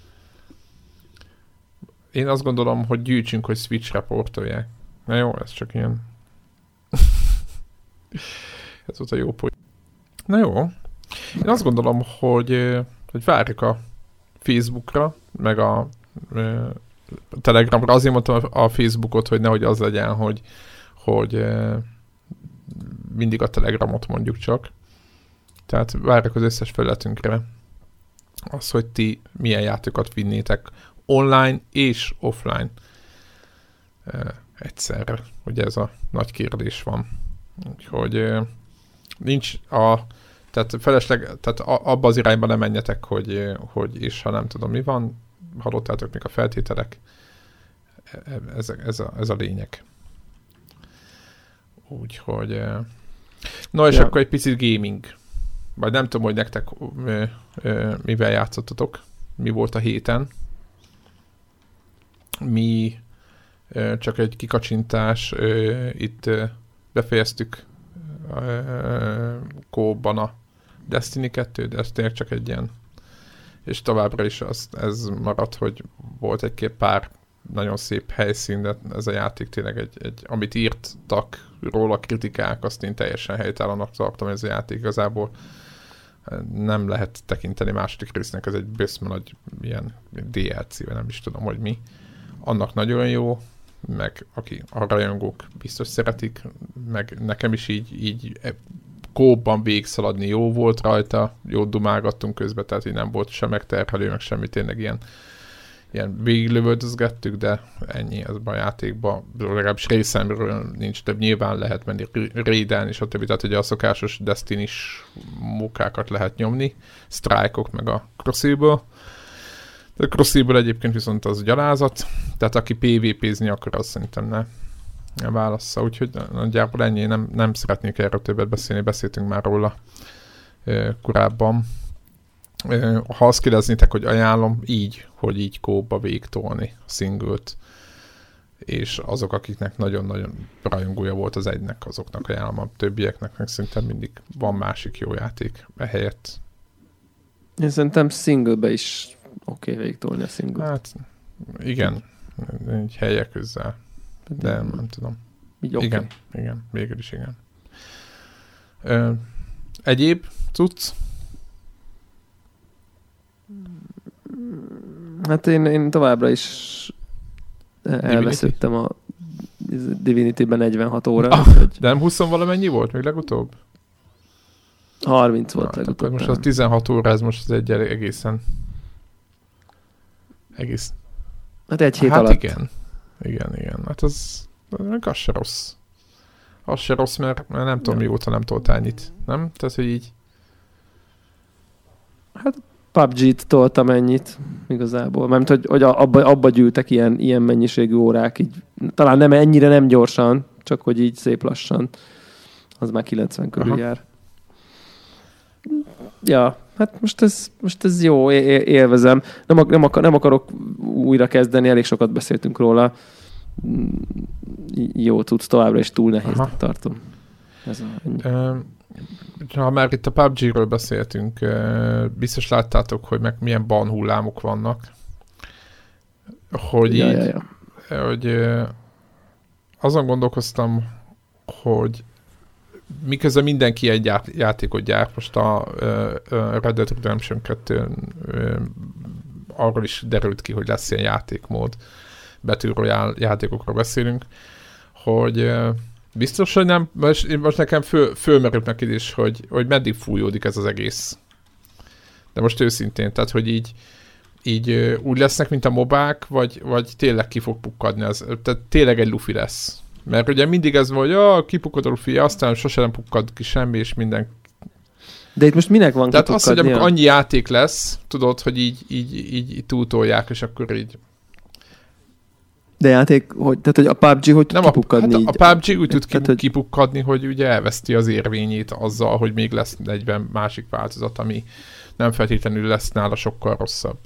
Én azt gondolom, hogy gyűjtsünk, hogy Switch-re portolják. Na jó, ez csak ilyen... ez volt a jó poén. Na jó. Én azt gondolom, hogy, hogy várjuk a Facebookra, meg a, a Telegramra. Azért mondtam a Facebookot, hogy nehogy az legyen, hogy, hogy mindig a Telegramot mondjuk csak. Tehát várjuk az összes felületünkre az, hogy ti milyen játékokat vinnétek online és offline e, egyszerre. Ugye ez a nagy kérdés van. Úgyhogy e, nincs a tehát felesleg, tehát a, abba az irányba nem menjetek, hogy, hogy és ha nem tudom mi van, hallottátok még a feltételek. Ez, ez, a, ez a lényeg. Úgyhogy e, no és ja. Akkor egy picit gaming. Vagy nem tudom, hogy nektek ö, ö, mivel játszottatok, mi volt a héten. Mi ö, csak egy kikacsintás, ö, itt ö, befejeztük kóban a Destiny kettő, de ez tényleg csak egy ilyen, és továbbra is az, ez maradt, hogy volt egy-két pár nagyon szép helyszín, de ez a játék tényleg egy, egy amit írtak róla kritikák, azt én teljesen helytállanak tartom, ez a játék igazából nem lehet tekinteni második résznek, ez egy böszme nagy ilyen dé el cé, nem is tudom, hogy mi. Annak nagyon jó, meg aki a rajongók biztos szeretik, meg nekem is így, így kóban végigszaladni jó volt rajta, jó dumálgattunk közben, tehát így nem volt sem megterhelő, meg semmi, tényleg ilyen, ilyen végiglövöldözgettük, de ennyi az a játékban, legalábbis részemről nincs több, nyilván lehet menni raidelni, és a többi, tehát ugye a szokásos Destiny-s munkákat lehet nyomni, strike-ok meg a Crucible. A Crucible egyébként viszont az gyalázat, tehát aki pé vé pézni akar, az szerintem ne, ne válassza, úgyhogy nagyjából ennyi, nem, nem szeretnék erről többet beszélni, beszéltünk már róla uh, korábban. Uh, ha azt kérdeznétek, hogy ajánlom, így, hogy így kóba végigtolni a singlet, és azok, akiknek nagyon-nagyon rajongója volt az egynek, azoknak ajánlom, a többieknek meg szerintem mindig van másik jó játék ehelyett. Én szerintem singlebe is oké okay, végigtolni a singlet. Hát igen, egy helyek közel, de nem tudom. Így okay. Igen, igen, végül is igen. Ö, egyéb cucc? Hát én, én továbbra is elvesződtem a Divinity-ben negyvenhat óra. Ah, hogy... De nem húsz valamennyi volt még legutóbb? harminc volt ah, legutóbb. Most a tizenhat óra, ez most az egy egészen egész. Hát egy hét hát alatt. igen. Igen, igen. Hát az, az se rossz. Az se rossz, mert nem tudom, mióta nem toltál ennyit. Nem? Tehát, hogy így... Hát pé u bé gé-t toltam ennyit igazából. Mert hogy, hogy abba, abba gyűltek ilyen, ilyen mennyiségű órák. Így, talán nem ennyire nem gyorsan, csak hogy így szép lassan. Az már kilencven körül Aha. jár. Ja, hát most ez, most ez jó, élvezem. Nem, ak- nem, akar, nem akarok újra kezdeni, elég sokat beszéltünk róla. Jó, tudsz, továbbra is túl nehéznek tartom. Ez a, uh, ha már itt a pé u bé gé-ről beszéltünk, uh, biztos láttátok, hogy meg milyen ban hullámok vannak. Hogy ja, így, ja, ja. hogy uh, azon gondolkoztam, hogy miközben mindenki egy játékot gyárt, most a uh, uh, Red Dead Redemption kettő uh, arról is derült ki, hogy lesz ilyen játékmód, betűről játékokról beszélünk, hogy biztos, hogy nem, most, most nekem föl, fölmerült neked is, hogy, hogy meddig fújódik ez az egész. De most őszintén, tehát, hogy így, így úgy lesznek, mint a mobák, vagy, vagy tényleg ki fog pukkadni, az, tehát tényleg egy lufi lesz. Mert ugye mindig ez van, hogy ah, kipukkad a lufi, aztán sosem pukkad ki semmi, és minden. De itt most minek van tehát az, hogy amikor annyi játék lesz, tudod, hogy így, így, így, így túltolják, és akkor így... De játék, hogy, tehát hogy a pé u bé gé hogy tud nem kipukkadni? A, hát a pé u bé gé úgy tud tehát, kipukkadni, hogy ugye elveszti az érvényét azzal, hogy még lesz egyben másik változat, ami nem feltétlenül lesz nála sokkal rosszabb.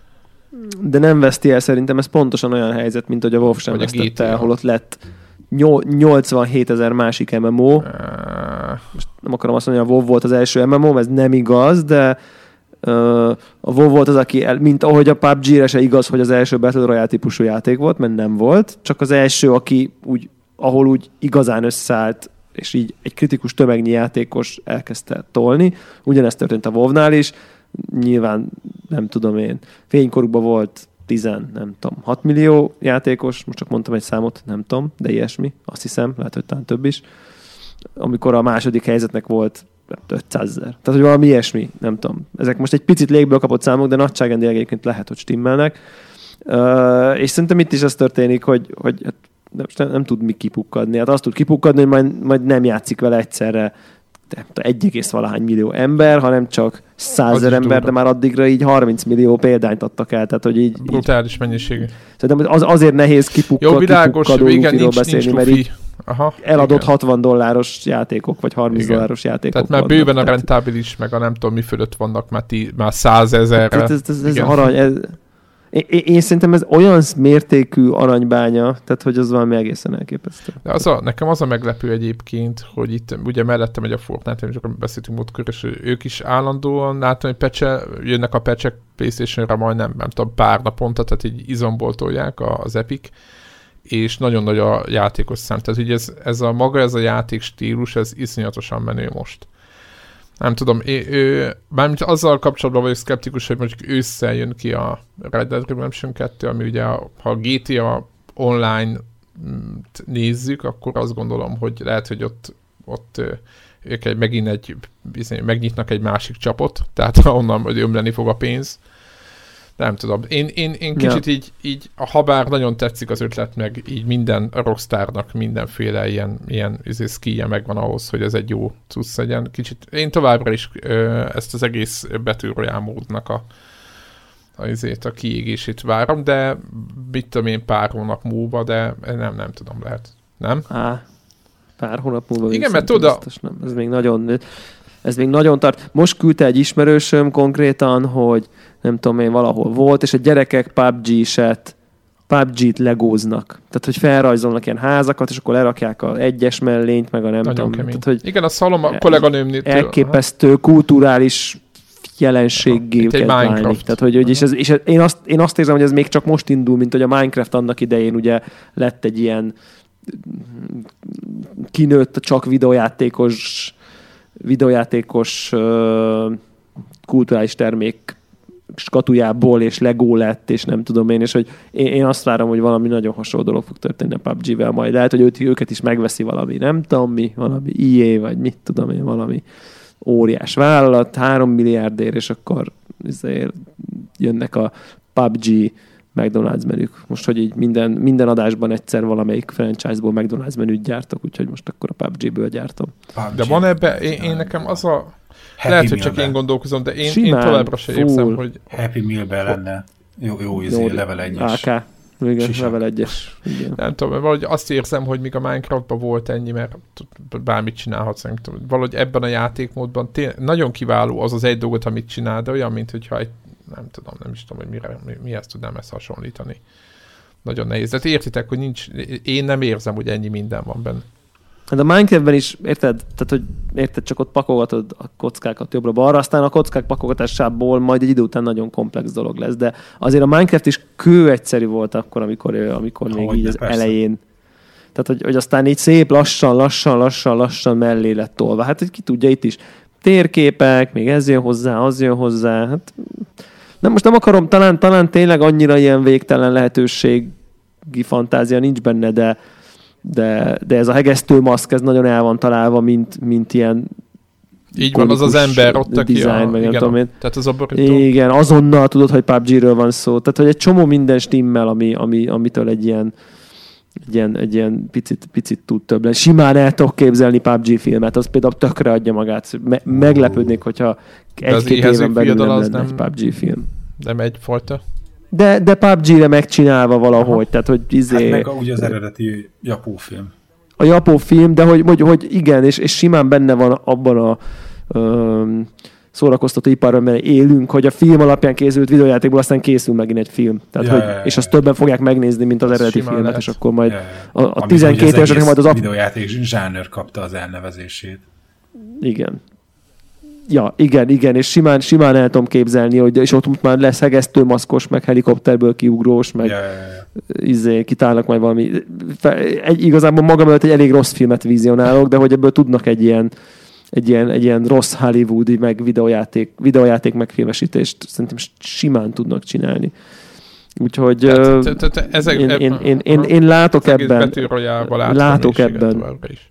De nem veszti el, szerintem ez pontosan olyan helyzet, mint hogy a WoW sem vesztette el, holott lett nyolcvanhétezer másik em em o. Uh... Most nem akarom azt mondani, hogy a WoW volt az első em em o, ez nem igaz, de uh, a WoW volt az, aki, el, mint ahogy a pé u bé gére se igaz, hogy az első Battle Royale típusú játék volt, mert nem volt, csak az első, aki úgy, ahol úgy igazán összeállt, és így egy kritikus tömegnyi játékos elkezdte tolni. Ugyanezt történt a WoW-nál is. Nyilván, nem tudom én, fénykorukban volt tizen, nem tudom, hat millió játékos, most csak mondtam egy számot, nem tudom, de ilyesmi, azt hiszem, lehet, hogy talán több is. Amikor a második helyzetnek volt ötszázezer. Tehát, hogy valami ilyesmi, nem tudom. Ezek most egy picit légből kapott számok, de nagyságrendileg egyébként lehet, hogy stimmelnek. Uh, és szerintem itt is az történik, hogy, hogy nem, nem tud mi kipukkadni. Hát azt tud kipukkadni, hogy majd, majd nem játszik vele egyszerre egy egész valahány millió ember, hanem csak százezer ember, durva. De már addigra így harminc millió példányt adtak el. Tehát, hogy így, brutális mennyiségű. Szerintem az, azért nehéz kipukkad, jó, világos, kipukkadó igen, nincs, beszélni, nincs mert így aha, eladott igen. hatvan dolláros játékok, vagy harminc igen. dolláros játékok. Tehát már bőven a rentábilis, meg a nem tudom mi fölött vannak, már, tí, már százezerre. Hát ez, ez, ez arany, ez, Én, én szerintem ez olyan mértékű aranybánya, tehát hogy az valami egészen elképesztő. De az a, nekem az a meglepő egyébként, hogy itt ugye mellettem egy a Fortnite, és akkor beszéltünk múltkor, és ők is állandóan látom, hogy pecse, jönnek a pecsek PlayStation-ra majdnem, nem tudom, pár naponta, tehát így izomból tolják az Epic, és nagyon nagy a játékos szám. Tehát ugye ez, ez a maga, ez a játék stílus, ez iszonyatosan menő most. Nem tudom, ő, ő, bármint azzal kapcsolatban vagyok szkeptikus, hogy mondjuk ősszel jön ki a Red Dead Redemption kettő, ami ugye, ha a gé té á online nézzük, akkor azt gondolom, hogy lehet, hogy ott, ott ők egy, megint egy, megnyitnak egy másik csapot, tehát onnan ömleni fog a pénz. Nem tudom. Én, én, én kicsit ja. így, így, ha bár nagyon tetszik az ötlet, meg így minden Rockstarnak mindenféle ilyen, ilyen skije megvan ahhoz, hogy ez egy jó cucc legyen. Kicsit én továbbra is ö, ezt az egész Battle Royale módnak a, a, azért a kiégését várom, de mit tudom én pár hónap múlva, de nem, nem tudom, lehet. Nem? Á, pár hónap múlva. Igen, mert tudod, nem. Ez még nagyon... Ez még nagyon tart. Most küldte egy ismerősöm konkrétan, hogy nem tudom én, valahol volt, és a gyerekek pé u bé gé-set, pé u bé gé-t legóznak. Tehát, hogy felrajzolnak ilyen házakat, és akkor lerakják az egyes mellényt, meg a nem nagyon tudom. Tehát, hogy igen, a Szalom a kolléganőmnél. Elképesztő kulturális jelenséggé kezd válni. Tehát, hogy, hogy és ez, és ez, én, azt, én azt érzem, hogy ez még csak most indul, mint hogy a Minecraft annak idején ugye lett egy ilyen kinőtt csak videójátékos videójátékos uh, kulturális termék skatujából, és Lego lett, és nem tudom én, és hogy én, én azt várom, hogy valami nagyon hasonló dolog fog történni a pé u bé gé-vel majd. Lehet, hogy őt, őket is megveszi valami, nem tudom mi, valami í á, vagy mit tudom én, valami óriás vállalat, három milliárdért, és akkor azért jönnek a pé u bé gé McDonald's menük. Most, hogy így minden, minden adásban egyszer valamelyik franchise-ból McDonald's menüt gyártok, úgyhogy most akkor a pé u bé gé-ből gyártom. pé u bé gé. De van ebbe, én, én nekem az a... Happy lehet, hogy csak én gondolkozom, de én, én továbbra sem érzem, hogy... Happy Meal-ben lenne jó, jó izé, level egyes. á ká. Igen, level egyes. Igen. Nem tudom, valahogy azt érzem, hogy míg a Minecraftban volt ennyi, mert bármit csinálhatsz, nem tudom. Valahogy ebben a játékmódban tény, nagyon kiváló az az egy dolgot, amit csinál, de olyan, mint hogyha egy nem tudom, nem is tudom, hogy mire, mi, mihez tudnám ezt hasonlítani. Nagyon nehéz. De értitek, hogy nincs, én nem érzem, hogy ennyi minden van benne. Hát a Minecraftben is, érted? Tehát, hogy érted, csak ott pakolgatod a kockákat jobbra-balra, aztán a kockák pakolgatásából majd egy idő után nagyon komplex dolog lesz, de azért a Minecraft is kő egyszerű volt akkor, amikor, amikor még Ahogy így az persze. elején. Tehát, hogy, hogy aztán így szép lassan, lassan, lassan, lassan mellé lett tolva. Hát, hogy ki tudja itt is. Térképek, még ez jön hozzá, az jön hozzá. Hát nem, most nem akarom, talán, talán tényleg annyira ilyen végtelen lehetőségi fantázia nincs benne, de, de, de ez a hegesztő maszk, ez nagyon el van találva, mint, mint ilyen így van, az az ember ott, aki design, a, meg igen, tudom én. Tehát az a borító. Igen, azonnal tudod, hogy pé u bé gé-ről van szó. Tehát, hogy egy csomó minden stimmel, ami, ami, amitől egy ilyen, egy ilyen, egy ilyen picit, picit tud több lenni. Simán el tudok képzelni pé u bé gé filmet, az például tökre adja magát. Me- meglepődnék, hogyha egy-két éven belül nem lenne nem, egy pé u bé gé film. Nem egyfajta. De, de pé u bé gé-re megcsinálva valahogy. Aha. Tehát, hogy izé... Hát meg a, ugye az eredeti japó film. A japó film, de hogy, hogy, hogy igen, és, és simán benne van abban a um, szórakoztató iparban, mert élünk, hogy a film alapján készült videójátékból aztán készül megint egy film. Tehát, ja, hogy, ja, ja, és azt többen fogják megnézni, mint az ez eredeti filmet, lehet. És akkor majd ja, ja. a, a tizenkét éveseknek majd az... A videójáték zsánőr kapta az elnevezését. Igen. Ja, igen, igen, és simán, simán el tudom képzelni, hogy és ott már lesz hegesztőmaszkos, meg helikopterből kiugrós, meg ja, ja, ja. Izé, kitálnak majd valami. Egy, igazából magam előtt egy elég rossz filmet vizionálok, de hogy ebből tudnak egy ilyen, egy ilyen, egy ilyen rossz hollywoodi, meg videójáték, videójáték megfilmesítést szerintem simán tudnak csinálni. Úgyhogy tehát, te, te, te, ezek, én, én, én, én, én látok ebben, látok ebben.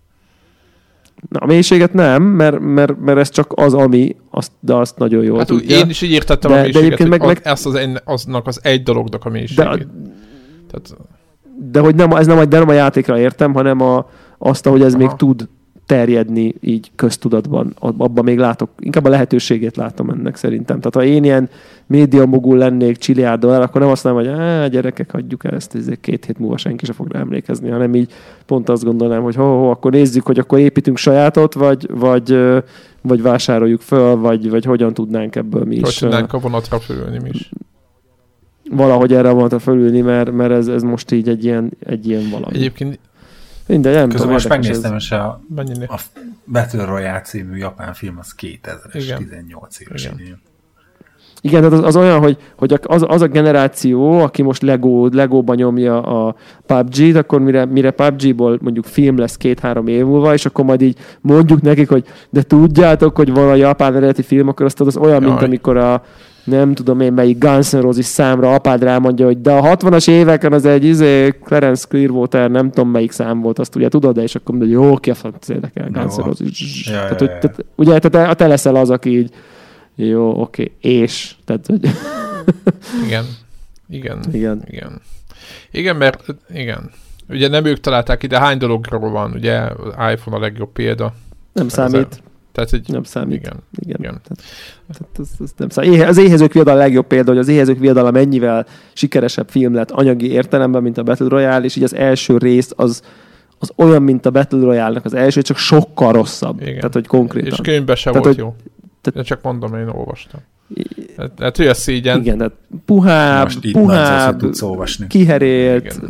Na, a mélységet nem, mert, mert, mert ez csak az, ami, azt, de azt nagyon jól hát, tudja. Én is így értettem de, a mélységet, hogy meg, meg... ezt az egy, aznak az egy dolognak a mélységét. De, Tehát... de hogy nem, ez nem, de nem a játékra értem, hanem a, azt, hogy ez Aha. még tud terjedni így köztudatban. Abban még látok, inkább a lehetőségét látom ennek szerintem. Tehát ha én ilyen média mogul lennék Csiliárdal, akkor nem azt mondom, hogy á, gyerekek, hagyjuk el ezt, ezért két hét múlva senki sem fog rá emlékezni, hanem így pont azt gondolnám, hogy ho, ho, akkor nézzük, hogy akkor építünk sajátot, vagy, vagy, vagy vásároljuk föl, vagy, vagy hogyan tudnánk ebből mi is. Hogy tudnánk a vonatra fölülni mi is. Valahogy erre a vonatra fölülni, mert, mert ez, ez most így egy ilyen, egy ilyen valami. Egyébként Minden, nem tudom, most megnéztem, és a, a Battle Royale című japán film az kétezres, igen. tizennyolc éves. Igen, Igen tehát az, az olyan, hogy, hogy az, az a generáció, aki most Lego, Legóban nyomja a pé u bé gét, akkor mire, mire pé u bé gé-ból mondjuk film lesz két-három év múlva, és akkor majd így mondjuk nekik, hogy de tudjátok, hogy van a japán eredeti film, akkor azt az olyan, Jaj. mint amikor a nem tudom én melyik Guns N' Roses számra apád rámondja, hogy de a hatvanas éveken az egy izé, Clarence Clearwater, nem tudom melyik szám volt, azt ugye tudod, de és akkor mondja, hogy jó, ki a franc érdekel, Guns N' Roses. Ja, tehát, ja, ja. tehát, ugye, tehát te leszel az, aki így jó, oké, okay. és tehát, hogy... igen. Igen. Igen. Igen. Igen, mert igen. Ugye nem ők találták ide, hány dologról van, ugye az iPhone a legjobb példa. Nem számít. Tehát, hogy nem számít. Igen. igen. igen. Tehát, tehát az, az nem számít. Az Éhezők viadala a legjobb példa, hogy az Éhezők viadala mennyivel sikeresebb film lett anyagi értelemben, mint a Battle Royale, és így az első rész az, az olyan, mint a Battle Royale-nak az első, csak sokkal rosszabb. Igen. Tehát, hogy konkrétan. És könyvben sem tehát, volt hogy, jó. Tehát, csak mondom, én olvastam. Tehát, tehát ő a szégyen. Igen, tehát puhább, puhább, kiherélt,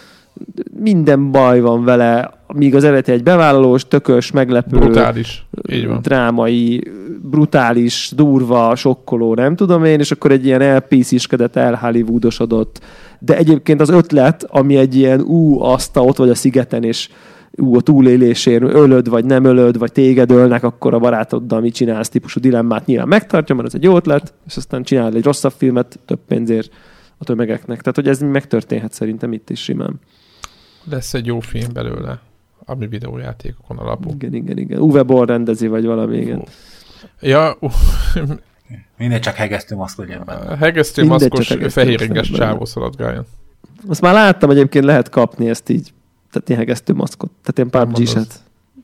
minden baj van vele, míg az eredeti egy bevállalós, tökös, meglepő, brutális, így van. Drámai, brutális, durva, sokkoló, nem tudom én, és akkor egy ilyen elpísziskedett, elhollywoodosodott, de egyébként az ötlet, ami egy ilyen ú, azt ott vagy a szigeten, és ú, a túlélésért ölöd, vagy nem ölöd, vagy téged ölnek, akkor a barátoddal mit csinálsz, típusú dilemmát nyilván megtartja, mert ez egy jó ötlet, és aztán csinál egy rosszabb filmet több pénzért a tömegeknek. Tehát, hogy ez megtörténhet szerintem itt is simán. Lesz egy jó film belőle, ami videójátékokon alapul. Igen, igen, igen. Uwe Boll rendezi, vagy valami, igen. Ja, uh, mindegy csak hegesztő maszk legyen benne. Hegesztő maszkos, fehéringes csávó szaladgáljon. Azt már láttam, egyébként lehet kapni ezt így, tehát ilyen hegesztő maszkot, tehát ilyen pé u bé gé-set.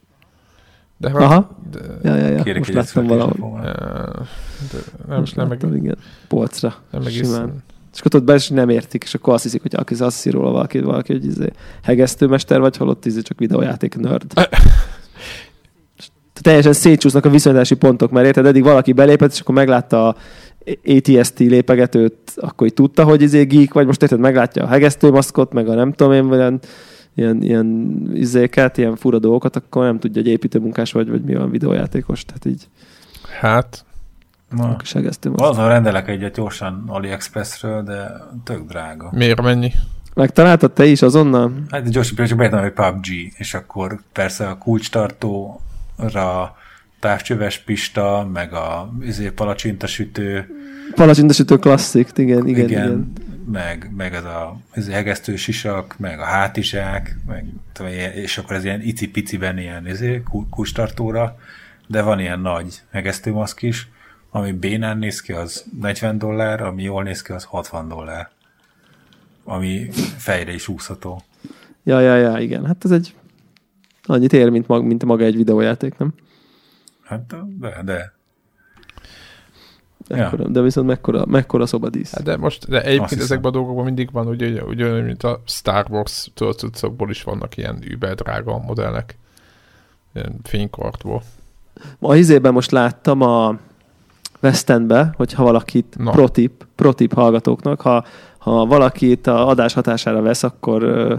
De ha... Aha. De, ja, ja, ja. Kérek, most láttam valahol. De nem, most nem láttam, meg... igen. Polcra. Nem egészen. És akkor ott be nem értik, és akkor azt hiszik, hogy aki azt hiszi róla valaki, valaki hogy izé, hegesztőmester vagy, holott izé csak videójáték nerd. Teljesen szétcsúsznak a viszonyítási pontok, mert érted, eddig valaki belépett, és akkor meglátta a á té es té lépegetőt, akkor így tudta, hogy izé geek, vagy most érted, meglátja a hegesztőmaszkot, meg a nem tudom én, ilyen, ilyen, ilyen izéket, ilyen fura dolgokat, akkor nem tudja, hogy építőmunkás vagy, vagy mi van videójátékos, tehát így. Hát... Ma, azon rendelek egyet gyorsan AliExpressről, de tök drága. Miért mennyi? Megtaláltad te is azonnal? Hát gyorsan, csak beírtam, hogy pé u bé gé, és akkor persze a kulcstartóra távcsöves pista, meg a izé, palacsintasütő. Palacsintasütő klasszik, igen, igen, igen. igen. Meg, meg az a ez hegesztő sisak, meg a hátizsák, meg, és akkor ez ilyen icipiciben ilyen izé, kustartóra, de van ilyen nagy hegesztőmaszk is, ami bénán néz ki, az negyven dollár, ami jól néz ki, az hatvan dollár. Ami fejre is úszható. Ja, ja, ja, igen. Hát ez egy annyit ér, mint maga, mint maga egy videójáték, nem? Hát, de, de. Ekkora, ja. De viszont mekkora, mekkora szobadísz. Hát de most, de egyébként ezekben a dolgokban mindig van, ugye, ugye mint a Star Wars töltőcokból is vannak ilyen überdrága modellek. Ilyen fénykartból. A hizében most láttam a West Endbe, hogyha valakit no. protip, protip hallgatóknak, ha, ha valakit a adás hatására vesz, akkor uh,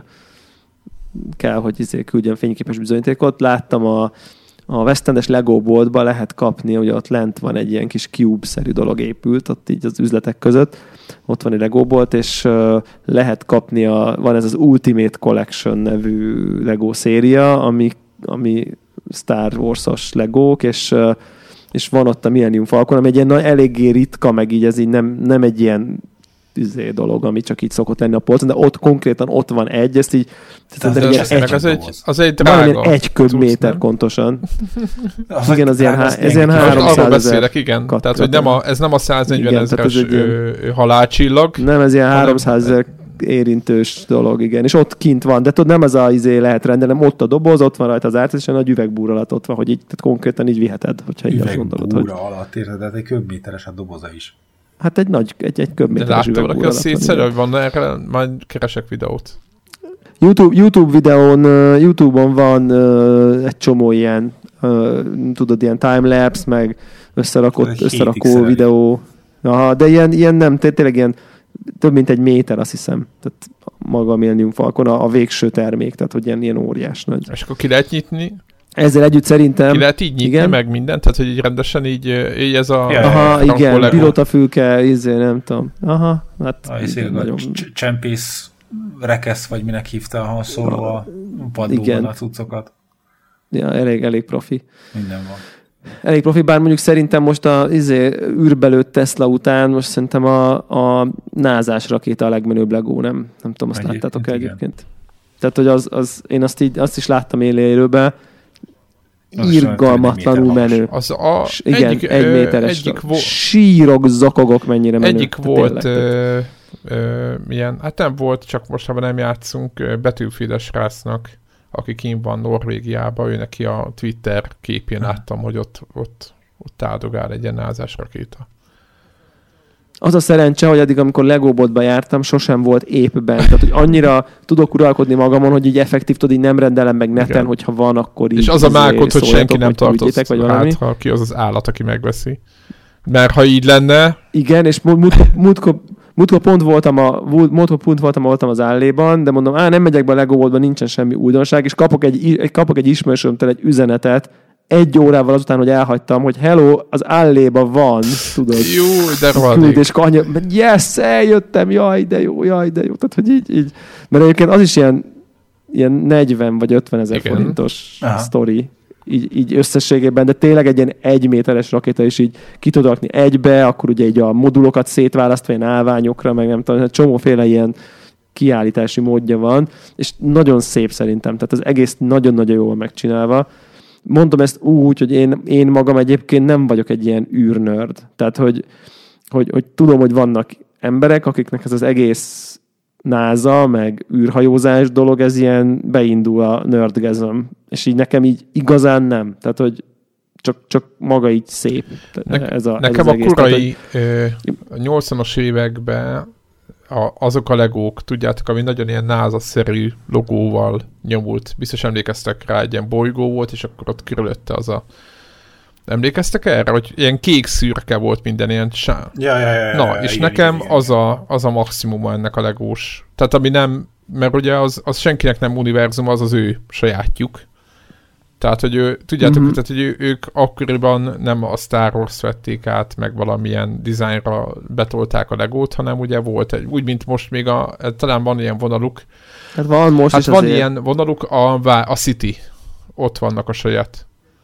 kell, hogy izé küldjön fényképes bizonyítékot. Láttam a, a West Endes Lego boltba lehet kapni, ugye ott lent van egy ilyen kis cube-szerű dolog épült, ott így az üzletek között. Ott van egy Lego bolt, és uh, lehet kapni, a, van ez az Ultimate Collection nevű Lego széria, ami, ami Star Wars-os Legók, és uh, és van ott a Millennium Falcon, ami egy ilyen eléggé ritka, meg így ez így nem, nem egy ilyen üzé dolog, ami csak így szokott lenni a polcon, de ott konkrétan ott van egy, ezt így az, az, egy, az, egy, az egy drága. Egy köbméter pontosan. Igen, az ilyen, há, ez ilyen háromszáz beszélek, igen. Kat, Tehát, hogy nem a, ez nem a száznegyven ezeres halálcsillag. Nem, ez ilyen háromszázezer érintős dolog, igen. És ott kint van, de tudod, nem az a izé lehet rendelni, ott a doboz, ott van rajta az árc, és a nagy üvegbúr alatt ott van, hogy így tehát konkrétan így viheted, hogyha így azt gondolod, hogy... Üvegbúra alatt, érted, de egy köbméteres a doboza is. Hát egy nagy, egy, egy köbméteres üvegbúr alatt. De láttam, hogy szétszerű, hogy van erre, majd keresek videót. YouTube, YouTube videón, uh, YouTube-on van uh, egy csomó ilyen, uh, tudod, ilyen timelapse, meg összerakott, összerakó videó. Aha, de ilyen, ilyen nem, tényleg ilyen több mint egy méter, azt hiszem. Tehát maga a Millennium Falcon, a, a végső termék, tehát hogy ilyen, ilyen óriás nagy. És akkor ki lehet nyitni? Ezzel együtt szerintem... Ki lehet így nyitni, igen? Meg mindent? Tehát, hogy így rendesen így, így ez a... Ja, aha, igen, pilótafülke, izé, nem tudom. Aha, hát... A igen, nagyon... Csempész rekesz, vagy minek hívta a szóló a padlóban a cuccokat. Ja, elég, elég profi. Minden van. Elég profi, bár mondjuk szerintem most az izé, űrbelőtt Tesla után most szerintem a, a názás rakéta a legmenőbb Lego, nem? Nem tudom, azt egyébként láttátok egyébként. Tehát, hogy az, az, én azt, így, azt is láttam élőben, irgalmatlanul menő. Az a, igen, egyik, egy méteres. Egyik vo- sírok, zakogok mennyire menő. Egyik tehát volt ö, ö, milyen, hát nem volt, csak mostában nem játszunk, Betűfides rásznak, aki kint van Norvégiában, ő neki a Twitter képén láttam, hogy ott, ott, ott áldogál egy ilyen názás rakéta. Az a szerencse, hogy addig, amikor Legóboltba jártam, sosem volt épp bent. Tehát, hogy annyira tudok uralkodni magamon, hogy így effektív, tudod, így nem rendelem meg neten, igen. Hogyha van, akkor így... És az a málkod, hogy senki nem tartoz hát, ha ki az az állat, aki megveszi. Mert ha így lenne... Igen, és múltkor, múltkor, múltkor pont voltam a, múltkor pont voltam, voltam az álléban, de mondom, á, nem megyek be a Legóboltba, nincsen semmi újdonság, és kapok egy, kapok egy ismerősömtől egy üzenetet, egy órával azután, hogy elhagytam, hogy hello, az álléba van, tudod. Jó, de rohadék. És kanya, yes, eljöttem, jaj, de jó, jaj, de jó. Tehát, hogy így, így. Mert egyébként az is ilyen, ilyen negyven vagy ötven ezer forintos aha. sztori, így, így összességében, de tényleg egy ilyen egy méteres rakéta, és így ki tud rakni egybe, akkor ugye így a modulokat szétválasztva ilyen állványokra, meg nem tudom, csomóféle ilyen kiállítási módja van, és nagyon szép szerintem, tehát az egész nagyon-nagyon jól megcsinálva. Mondom ezt úgy, hogy én, én magam egyébként nem vagyok egy ilyen űrnörd. Tehát, hogy, hogy, hogy tudom, hogy vannak emberek, akiknek ez az egész NASA, meg űrhajózás dolog, ez ilyen beindul a nerdgazm. És így nekem így igazán nem. Tehát, hogy csak, csak maga így szép. Ne, ez a, nekem ez a korai hogy... nyolcvanas években a, azok a legók, tudjátok, ami nagyon ilyen NASA-szerű logóval nyomult. Biztos emlékeztek rá, egy ilyen bolygó volt, és akkor ott körülötte az a... Emlékeztek erre? Hogy ilyen kék szürke volt minden ilyen sá... Ja, ja, ja, Na, ja, és igen, nekem igen, az, a, az a maximuma ennek a legós. Tehát ami nem... Mert ugye az, az senkinek nem univerzum, az az ő sajátjuk. Tehát, hogy ő, tudjátok, mm-hmm. tehát, hogy ő, ők akkoriban nem a Star Wars vették át, meg valamilyen dizájnra betolták a Legót, hanem ugye volt egy, úgy, mint most még a, talán van ilyen vonaluk. Hát van most hát is van azért. ilyen vonaluk, a, a City. Ott vannak a saját.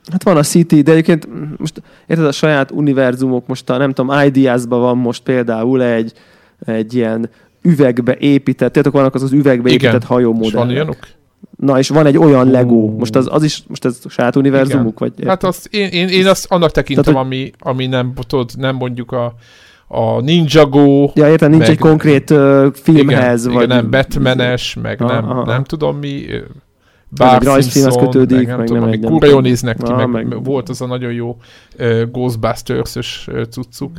Hát van a City, de egyébként most érted, a saját univerzumok, most a nem tudom, Ideas-ban van most például egy, egy ilyen üvegbe épített, tudjátok, vannak az az üvegbe igen. épített hajómodellek. És van olyanok? Na, és van egy olyan Lego. Most az, az is, most ez saját univerzumuk? Vagy, hát azt, én, én, én azt annak tekintem, tehát, ami, ami nem, tudod, nem mondjuk a, a Ninjago. Ja, értem, nincs meg, egy konkrét uh, filmhez. Igen, vagy igen, nem Batman-es, meg aha, nem, aha. nem tudom mi, Bart Simpson, kötődik, meg nem meg tudom, nem mi kurjól néznek ki, meg, meg volt az a nagyon jó uh, Ghostbusters-ös uh, cuccuk.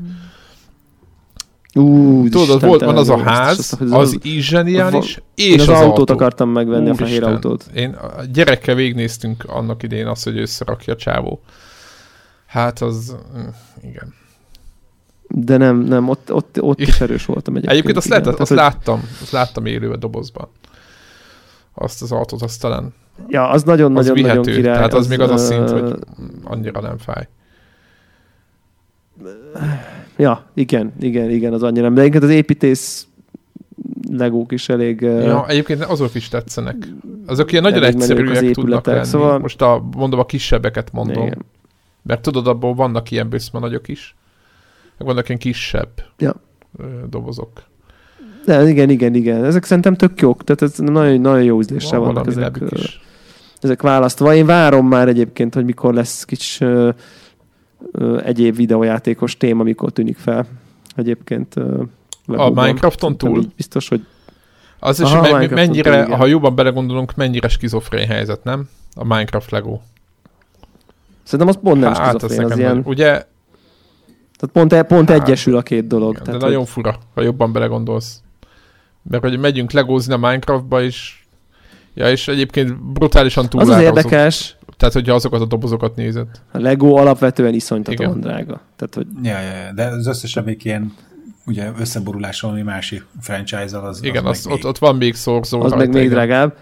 Ú, tudod, volt, van az a ház, az, az, az is zseniális, és az, az az autót autó. akartam megvenni, Úr a fehér Isten. autót. Én a gyerekkel végignéztünk annak idején azt, hogy összerakja a csávó. Hát az, igen. De nem, nem, ott, ott, ott is erős voltam egyébként. Egyébként azt, lehet, azt, Tehát, láttam, azt láttam élőben dobozban. Azt az autót, azt talán ja, az nagyon-nagyon-nagyon király. Tehát az, az még az a szint, uh, hogy annyira nem fáj. Ja, igen, igen, igen, az annyira nem. De egyébként az építész legók is elég... Ja, egyébként azok is tetszenek. Azok ilyen nagyon egyszerűek tudnak lenni. Szóval... Most a, mondom, a kisebbeket mondom. Igen. Mert tudod, abból vannak ilyen bőszma nagyok is. Meg vannak ilyen kisebb ja. dobozok. De igen, igen, igen. Ezek szerintem tök jók. Tehát ez nagyon, nagyon jó ízléssel van vannak ezek, ezek választva. Én várom már egyébként, hogy mikor lesz kis uh, uh, egyéb videójátékos téma, mikor tűnik fel. Egyébként uh, a Minecrafton túl? Biztos, hogy az is, aha, me- mennyire, túl, ha jobban belegondolunk, mennyire skizofrén helyzet, nem? A Minecraft Lego. Szerintem az pont nem hát, skizofrén, az ilyen... Ugye... Tehát pont, pont hát, egyesül a két dolog. Igen, tehát, de hogy... nagyon fura, ha jobban belegondolsz. Mert hogy megyünk legózni a Minecraftba is, ja, és egyébként brutálisan túlárazott. Az az érdekes. Tehát, hogyha azokat a dobozokat nézed. A Lego alapvetően iszonytatóan drága. Tehát, hogy... ja, ja, de az összes, amik ilyen ugye összeboruláson, ami másik franchise-al, az igen, az az, ott, ott van még szorzó. Az meg még drágább.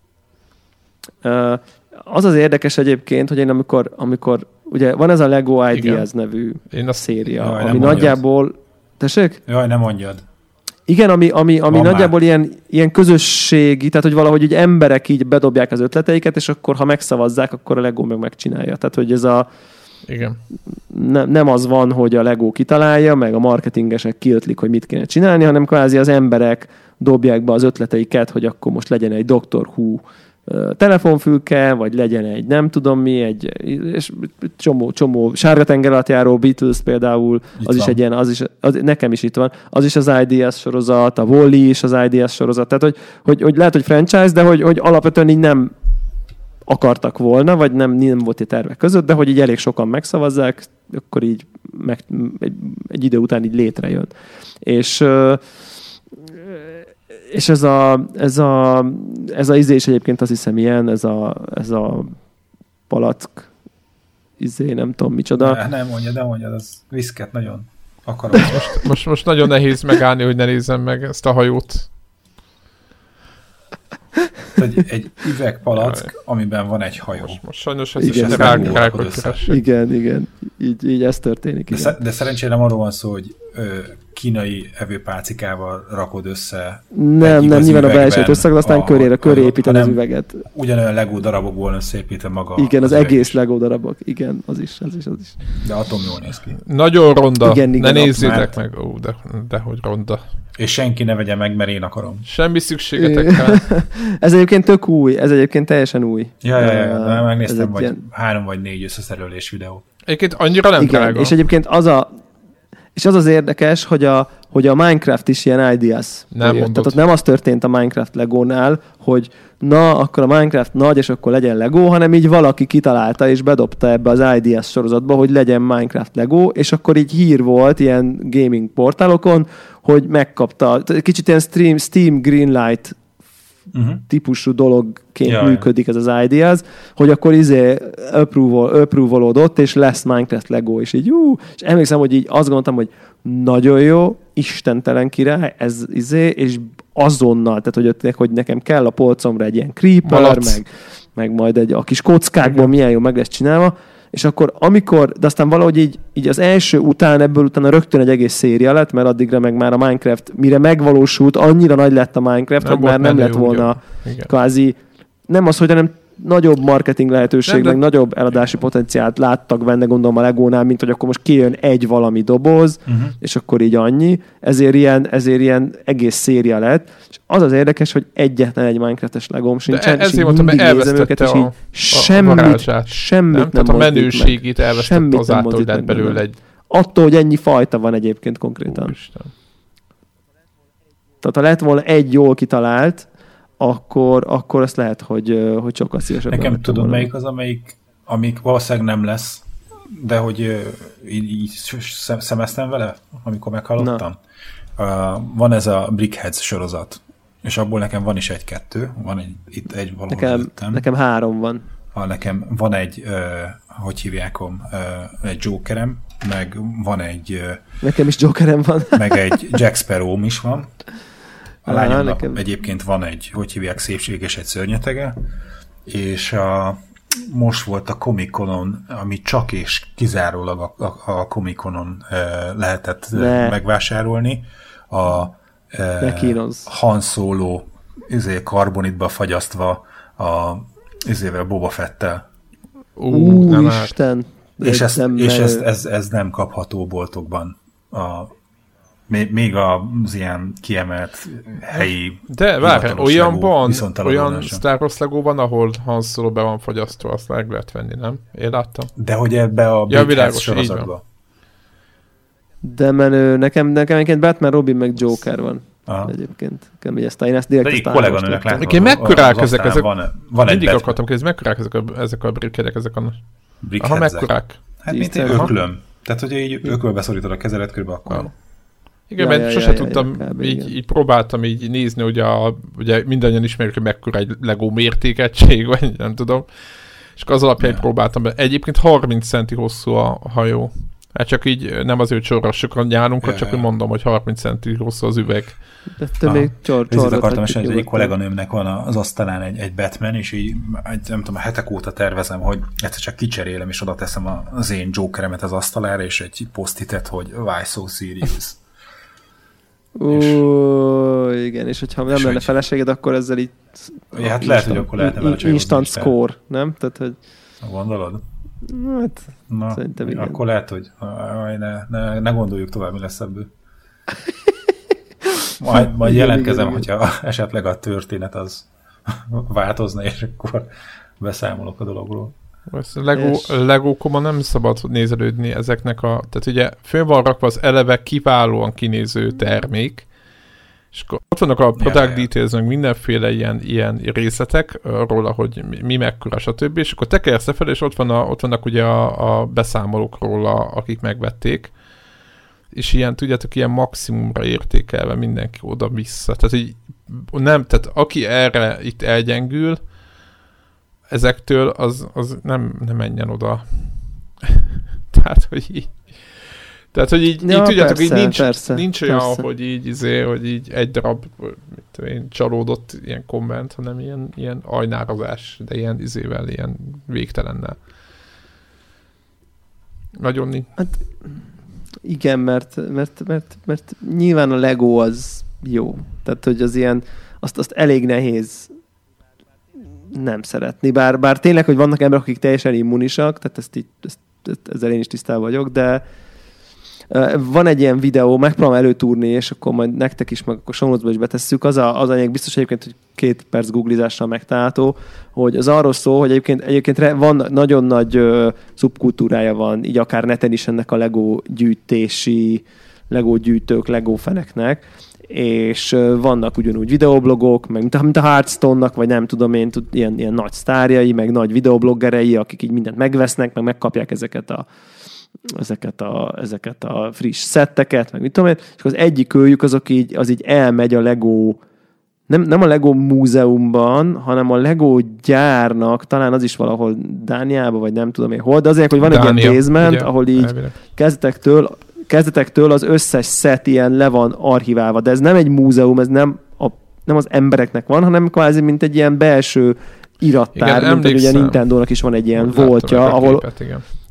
Uh, az az érdekes egyébként, hogy én amikor, amikor ugye van ez a Lego Ideas igen. nevű Én azt... széria, jaj, ami nagyjából... Mondjad. Tessék? Jaj, nem mondjad. Igen, ami, ami, ami nagyjából ilyen, ilyen közösségi, tehát hogy valahogy így emberek így bedobják az ötleteiket, és akkor ha megszavazzák, akkor a Lego meg megcsinálja. Tehát, hogy ez a... Igen. Ne, nem az van, hogy a Lego kitalálja, meg a marketingesek kiötlik, hogy mit kéne csinálni, hanem kvázi az emberek dobják be az ötleteiket, hogy akkor most legyen egy doktor Who telefonfülke, vagy legyen egy nem tudom mi, egy és csomó, csomó sárga tenger alatt járó Beatles például, itt az van. Is egy ilyen, az is, az, nekem is itt van, az is az Ideas sorozat, a Wall-E is az Ideas sorozat, tehát hogy, hogy, hogy lehet, hogy franchise, de hogy, hogy alapvetően így nem akartak volna, vagy nem, nem volt egy tervek között, de hogy így elég sokan megszavazzák, akkor így meg, egy, egy idő után így létrejön. És És ez a, ez a, ez a izé is egyébként azt hiszem ilyen, ez a, ez a palack izé, nem tudom micsoda. Ne, nem mondja, de mondja, az viszket nagyon akarom. Most, most, most nagyon nehéz megállni, hogy ne nézzem meg ezt a hajót. Egy, egy üvegpalack, amiben van egy hajó. Most, most sajnos ez igen, is rák, rák, igen, igen. Így, így ez történik. De, sz- de szerencsére nem arról van szó, hogy ö, kínai evőpálcikával rakod össze. Nem, nem, nyilván a belsőt össze, aztán a, körére, köré építed az üveget. Ugyanolyan Lego darabokból összeépítve maga. Igen, az, az egész Lego darabok. Igen, az is, az is, az is. De atom jól néz ki. Nagyon ronda. Igen, igen, ne nézzétek meg. Ó, de, de hogy ronda. És senki ne vegye meg, mert én akarom. Semmi szükségetek rá. Ez egyébként tök új, ez egyébként teljesen új. Ja, ja, ja, de megnéztem, vagy ilyen... három vagy négy összeszerelés videót. Egyébként annyira nem igen, drága. És egyébként az a, és az az érdekes, hogy a, hogy a Minecraft is ilyen Ideas. Nem mondod. Tehát ott nem az történt a Minecraft Legónál, hogy na, akkor a Minecraft nagy, és akkor legyen Lego, hanem így valaki kitalálta, és bedobta ebbe az Ideas sorozatba, hogy legyen Minecraft Lego, és akkor így hír volt ilyen gaming portálokon, hogy megkapta, kicsit ilyen Steam, Steam Greenlight uh-huh. típusú dologként ja, működik ja. ez az Ideas, hogy akkor izé approval, approvalodott, és lesz Minecraft Lego, és így jú, és emlékszem, hogy így azt gondoltam, hogy nagyon jó, istentelen király, ez izé, és azonnal, tehát hogy, ott, hogy nekem kell a polcomra egy ilyen creeper, meg, meg majd egy, a kis kockákból milyen jó meg lesz csinálva, és akkor amikor, de aztán valahogy így, így az első után, ebből utána rögtön egy egész széria lett, mert addigra meg már a Minecraft, mire megvalósult, annyira nagy lett a Minecraft, nem hogy már nem lett volna kvázi, nem az, hogy nem nagyobb marketing lehetőség, nem, de... meg nagyobb eladási potenciált láttak benne, gondolom a Legónál, mint hogy akkor most kijön egy valami doboz, uh-huh. és akkor így annyi. Ezért ilyen, ezért ilyen egész széria lett. És az az érdekes, hogy egyetlen egy Minecraft-es Legóm sincsen, és így mindig nézem őket, és így a, semmit, a semmit nem, nem, nem a menőségét elvesztette azáltal, hogy lett belőle egy... Attól, hogy ennyi fajta van egyébként konkrétan. Úristen. Tehát ha lett volna egy jól kitalált, akkor, akkor azt lehet, hogy, hogy sokkal szívesebben. Nekem tudod, volna. Melyik az, amelyik, amik valószínűleg nem lesz, de hogy így, így szemeztem vele, amikor meghallottam. Uh, van ez a Brickheads sorozat, és abból nekem van is egy-kettő, van egy, itt egy valahol nekem, előttem. Nekem három van. Ha nekem van egy, uh, hogy hívjákom, uh, egy Jokerem, meg van egy... Uh, nekem is Jokerem van. meg egy Jack Sparrow is van. A lányomnak nekem... egyébként van egy, hogy hívják, szépség és egy szörnyetege, és a, most volt a Comic-Conon, ami csak és kizárólag a, a, a Comic-Conon e, lehetett ne. megvásárolni, a e, Han Solo izé, karbonitba fagyasztva a izével Boba Fettel. Úristen! És, ezt, és ez, ez, ez nem kapható boltokban. A Még az ilyen kiemelt helyi... De várj, olyan van, olyan Star Wars Lego van, ahol Han Solo be van fagyasztva, azt meg lehet venni, nem? Én láttam. De hogy ebbe a ja, világos, sorozatba. De menő, nekem, nekem egyébként Batman, Robin meg Joker van. Aha. Egyébként. Nekem, ezt, én ezt direkt de így kolléganőnek látom. Egyébként mekkorák ezek? ezek van, van mindig akartam kérdezni, mekkorák ezek a, ezek a brickheadek, ezek a... Aha, mekkorák? Hát mint egy öklöm. Tehát, hogyha így ökölbe szorítod a kezelet körbe, akkor... Ah. Igen, ja, mert ja, sose ja, tudtam, ja, ja, így, így próbáltam így nézni, ugye, a, ugye mindannyian ismerjük, hogy mekkora egy Lego mértékegység, vagy nem tudom. És az alapján ja. próbáltam be. Egyébként harminc centi hosszú a hajó. Hát csak így nem azért, hogy sorra sokan járunk, ja, csak ja. hogy mondom, hogy harminc centi hosszú az üveg. De te még csor, csor, akartam mesélni, hogy egy kolléganőmnek van az asztalán egy, egy Batman, és így egy, nem tudom, hetek óta tervezem, hogy egyszer csak kicserélem, és oda teszem az én Jokeremet az asztalára, és egy posztitet, hogy why so serious. Ó, és, igen, és hogyha nem és lenne hogy... feleséged, akkor ezzel így... Ja, hát lehet, hogy akkor lehetne vele csajozni. Instant score, nem? Tehát, hogy... Gondolod? Hát, na, szerintem igen. Akkor lehet, hogy ne, ne, ne gondoljuk tovább, mi lesz ebből. Majd, majd igen, jelentkezem, igen, hogyha igen. esetleg a történet az változna, és akkor beszámolok a dologról. Lego, Legókoma nem szabad nézelődni ezeknek a... Tehát ugye fönn van rakva az eleve kiválóan kinéző termék, és akkor ott vannak a product ja, details, meg mindenféle ilyen, ilyen részletek róla, hogy mi, mi mekkora, stb. És akkor tekersz lefelé, és ott, van a, ott vannak ugye a, a beszámolók róla, akik megvették, és ilyen, tudjátok, ilyen maximumra értékelve mindenki oda-vissza. Tehát így nem, tehát aki erre itt elgyengül, ezektől az, az nem, nem menjen oda. Tehát, hogy így tehát, hogy így, ja, így tudjátok, persze, így nincs, persze, nincs olyan, persze. hogy így, izé, hogy így egy darab mit tudom én, csalódott ilyen komment, hanem ilyen, ilyen ajnározás, de ilyen izével, ilyen végtelennel. Nagyon nincs. Hát, igen, mert, mert, mert, mert nyilván a Lego az jó. Tehát, hogy az ilyen, azt, azt elég nehéz nem szeretni. Bár, bár tényleg, hogy vannak emberek, akik teljesen immunisak, tehát ezt így, ezt, ezzel én is tisztában vagyok, de van egy ilyen videó, megpróbálom előtúrni, és akkor majd nektek is, meg akkor show notes-ba is betesszük. Az a, az anyag biztos egyébként, hogy két perc googlizással megtalálható, hogy az arról szól, hogy egyébként, egyébként van nagyon nagy uh, szubkultúrája van, így akár neten is ennek a Lego gyűjtési, Lego gyűjtők, Lego feneknek, és uh, vannak ugyanúgy videoblogok, meg mint a, mint a Hearthstone-nak, vagy nem tudom én, tud, ilyen, ilyen nagy sztárjai, meg nagy videobloggerei, akik így mindent megvesznek, meg megkapják ezeket a ezeket a, ezeket a friss szetteket, meg mit tudom én, és az egyik őjük azok így, az így elmegy a Lego, nem, nem a Lego múzeumban, hanem a Lego gyárnak, talán az is valahol Dániában, vagy nem tudom én hol, de azért, hogy van Dánia, egy ilyen basement, ugye, ahol így kezdetektől, kezdetektől az összes szett ilyen le van archiválva, de ez nem egy múzeum, ez nem, a, nem az embereknek van, hanem kvázi mint egy ilyen belső irattár, igen, mint hogy ugye Nintendónak is van egy ilyen voltja, ahol képet,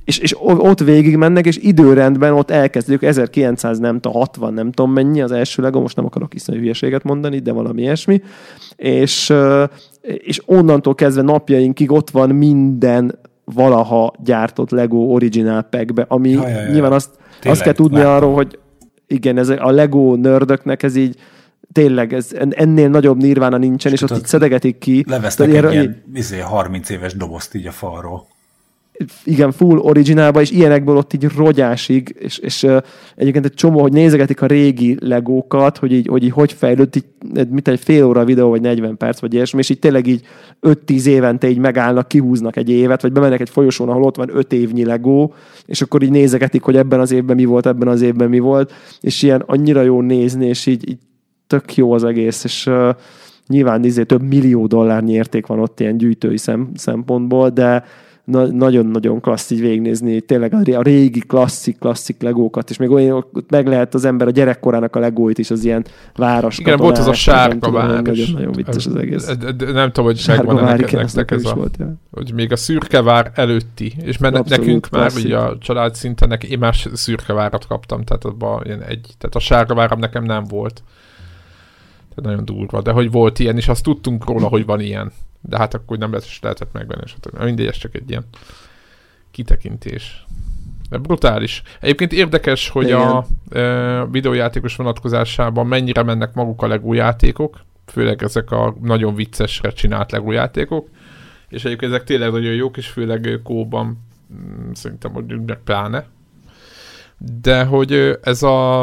és, és ott végig mennek, és időrendben ott elkezdődik ezerkilencszáz nem tudom, hatvan nem tudom mennyi az első Lego, most nem akarok iszonyú hülyeséget mondani, de valami ilyesmi, és, és onnantól kezdve napjainkig ott van minden valaha gyártott Lego Original Packbe, ami ja, ja, ja. nyilván azt, azt kell tudni láttam. Arról, hogy igen, ez a Lego nördöknek ez így tényleg ez, ennél nagyobb nirvána nincsen, és, és ott így szedegetik ki. Levesznek egy ilyen izé, harminc éves dobozt így a falról. Igen, full originálba, és ilyenekből ott így rogyásig, és, és uh, egyébként egy csomó, hogy nézegetik a régi legókat, hogy így hogy, így, hogy fejlődt, így, mint egy fél óra videó, vagy negyven perc, vagy ilyesmi, és így tényleg így öt-tíz évente így megállnak, kihúznak egy évet, vagy bemennek egy folyosón, ahol ott van öt évnyi legó, és akkor így nézegetik, hogy ebben az évben mi volt, ebben az évben mi volt, és ilyen annyira jó nézni, és így, így tök jó az egész, és uh, nyilván izé, több millió dollárnyi érték van ott ilyen gyűjtői szem, szempontból, de Na, nagyon-nagyon klassz így végignézni, tényleg a régi klasszik, klasszik legókat, és még olyan, ott meg lehet az ember a gyerekkorának a legóit is, az ilyen város. Igen, volt az a sárga vár. Nagyon vicces az egész. Nem tudom, hogy megvan nektek ez a, volt, ja. hogy még a szürke vár előtti, és mert abszolút nekünk klasszik. Már ugye a család szinten, én már szürke várat kaptam, tehát, abban ilyen egy, tehát a sárga váram nekem nem volt. Tehát nagyon durva, de hogy volt ilyen, és azt tudtunk róla, hogy van ilyen. De hát akkor nem lehet, lehetett megvenni. Mindegy, ez csak egy ilyen kitekintés. De brutális. Egyébként érdekes, hogy igen. a e, videójátékos vonatkozásában mennyire mennek maguk a Lego játékok, főleg ezek a nagyon viccesre csinált Lego játékok, és egyébként ezek tényleg nagyon jók, és főleg kóban szerintem, hogy ünnek pláne. De hogy ez a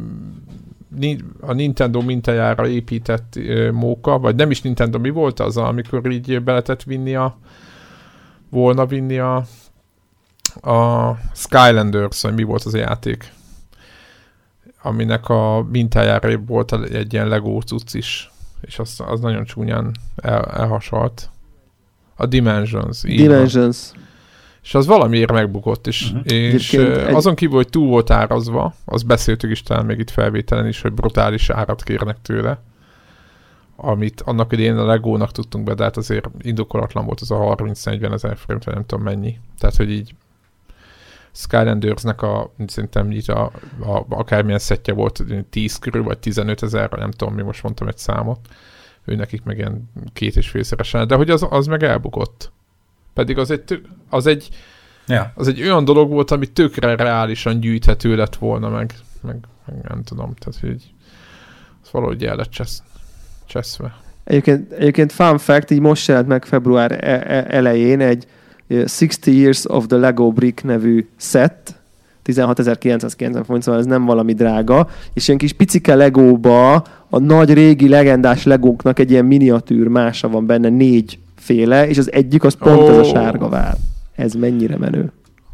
a Nintendo mintájára épített uh, móka, vagy nem is Nintendo, mi volt az, amikor így be lehetett vinni a volna vinni a a Skylanders, vagy mi volt az a játék, aminek a mintájára volt egy ilyen Lego cucc is, és az, az nagyon csúnyán el, elhasalt. A Dimensions. Dimensions. És az valamiért megbukott is. Uh-huh. És egy... azon kívül, hogy túl volt árazva, azt beszéltük is talán még itt felvételen is, hogy brutális árat kérnek tőle, amit annak idején a Legónak tudtunk be, de hát azért indokolatlan volt az a harminc-negyven ezer forint, vagy nem tudom mennyi. Tehát, hogy így Skylandersnek a, szerintem így a, a, akármilyen szettje volt tíz körül, vagy tizenöt ezer, nem tudom, mi most mondtam egy számot. Ő nekik meg ilyen két és félszeresen, de hogy az, az meg elbukott. Pedig az egy, az egy, ja. az egy olyan dolog volt, ami tökre reálisan gyűjthető lett volna, meg, meg, meg nem tudom, tehát hogy az valahogy el lett csesz, cseszve. Egyébként, egyébként fun fact, így most jelent meg február elején egy sixty Years of the Lego Brick nevű set, tizenhatezer-kilencszázkilencven forint, szóval ez nem valami drága, és ilyen kis picike Legóba a nagy régi legendás Legóknak egy ilyen miniatűr mása van benne, négy féle, és az egyik az pont oh. ez a sárga vár. Ez mennyire menő.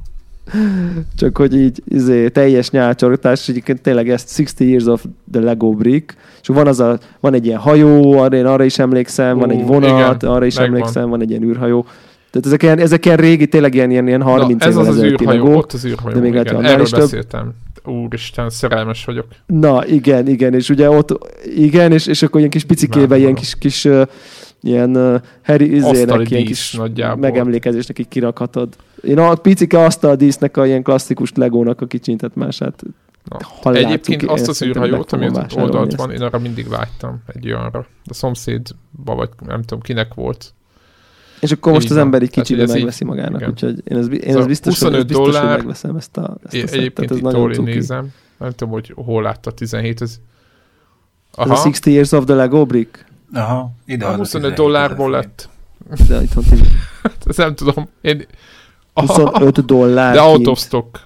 Csak hogy így izé, teljes nyálcsorgatás, egyébként tényleg ezt sixty Years of the Lego Brick, és van, az a, van egy ilyen hajó, arra, én arra is emlékszem, uh, van egy vonat, igen, arra is megvan. Emlékszem, van egy ilyen űrhajó. Tehát ezek ilyen, ezek ilyen régi, tényleg ilyen, ilyen, ilyen harminc évvel ezelőtti Legók. Ott az űrhajó, de még igen, erről beszéltem. Úristen, szerelmes vagyok. Na, igen, igen, és ugye ott, igen, és, és akkor ilyen kis picikében ilyen kis, kis uh, ilyen uh, Harry izének, ilyen kis nagyjából. Megemlékezésnek így kirakhatod. Én a picike asztaldísznek a ilyen klasszikus Legónak a kicsintett Egyébként azt az űrhajót, ami ott oldalt van, én arra mindig vágytam egy olyanra. A szomszédba, vagy nem tudom, kinek volt. És akkor most az ember így kicsibe megveszi magának, igen. Úgyhogy én ez, én ez biztos, hogy, biztos hogy megveszem ezt a, ezt a szettet. Egyébként itt Tóri nézem, nem tudom, hogy hol látta tizenhét. Ez, ez a sixty Years of the Lego Brick? Aha, ide a huszonöt dollárból lett. De itt van tíz. Ezt nem tudom. Én... huszonöt dollár. De out of stock.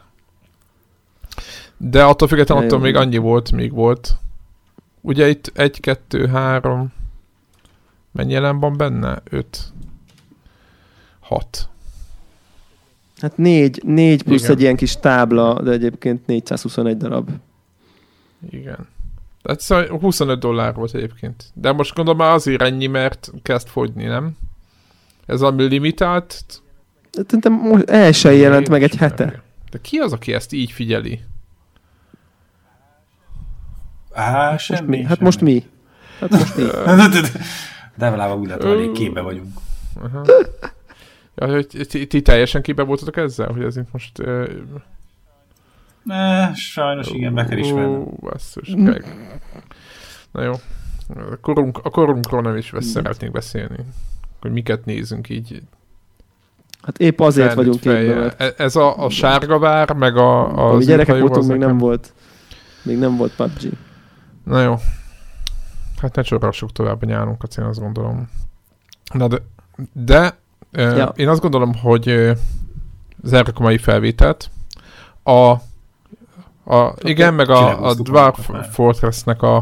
De attól függetlenül attól még annyi volt, még volt. Ugye itt egy, kettő, három. Mennyi jelen van benne? öt. hat. Hát négy, négy plusz igen. Egy ilyen kis tábla, de egyébként négyszázhuszonegy darab. Igen. Tehát szóval huszonöt dollár volt egyébként. De most gondolom már azért ennyi, mert kezd fogyni, nem? Ez a limitált... Szerintem most el sem jelent meg egy hete. De ki az, aki ezt így figyeli? Á, semmi. Hát most mi? Hát most mi? De velával úgy lehet, hogy képbe vagyunk. Aha. Ja, hogy ti, ti teljesen képbe voltatok ezzel? Hogy ez itt most... Uh... Ne, sajnos igen, meg kell ismerni. Basszus, na jó. A, korunk, a korunkról nem is szeretnék beszélni. Hogy miket nézünk így. Hát épp azért vagyunk képben. Ez a, a sárgavár, meg a... a gyerekek voltunk, még nem volt. Még nem volt pé u bé gé. Na jó. Hát ne csorassuk tovább a nyárunkat, én azt gondolom. Na de... De... Ja. Én azt gondolom, hogy zárjuk a mai felvételt. A, a okay. Igen, meg a, a Dwarf Fortressnek a,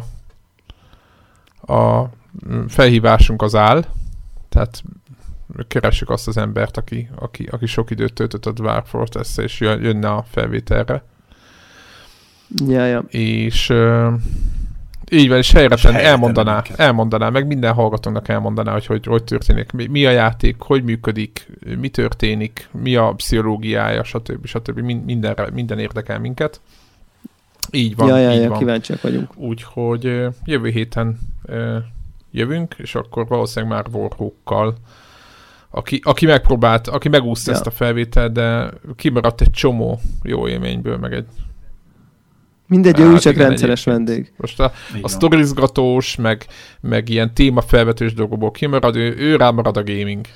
a felhívásunk az áll. Tehát keressük azt az embert, aki, aki, aki sok időt töltött a Dwarf Fortress-szel, és jönne a felvételre. Ja, ja. És uh, így van, és helyre tenni, elmondaná, elmondaná, meg minden hallgatónak elmondaná, hogy, hogy hogy történik, mi, mi a játék, hogy működik, mi történik, mi a pszichológiája, stb. stb. Mindenre, minden érdekel minket. Így van, ja, ja, így ja, van. Kíváncsiak vagyunk. Úgyhogy jövő héten uh, jövünk, és akkor valószínűleg már Warhawkkal, aki, aki megpróbált, aki megúszta ja. ezt a felvételt, de kimaradt egy csomó jó élményből, meg egy mindegy, ő hát, csak rendszeres vendég. Most a, a sztorizgatós, meg, meg ilyen témafelvetős dolgokból kimarad, ő, ő rámarad a gaming.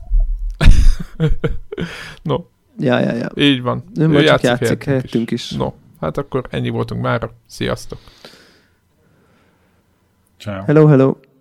No. Ja, ja, ja. Így van. Ő, ő majd játszik, játszik helyettünk is. is. No, hát akkor ennyi voltunk mára. Sziasztok. Ciao. Hello, hello.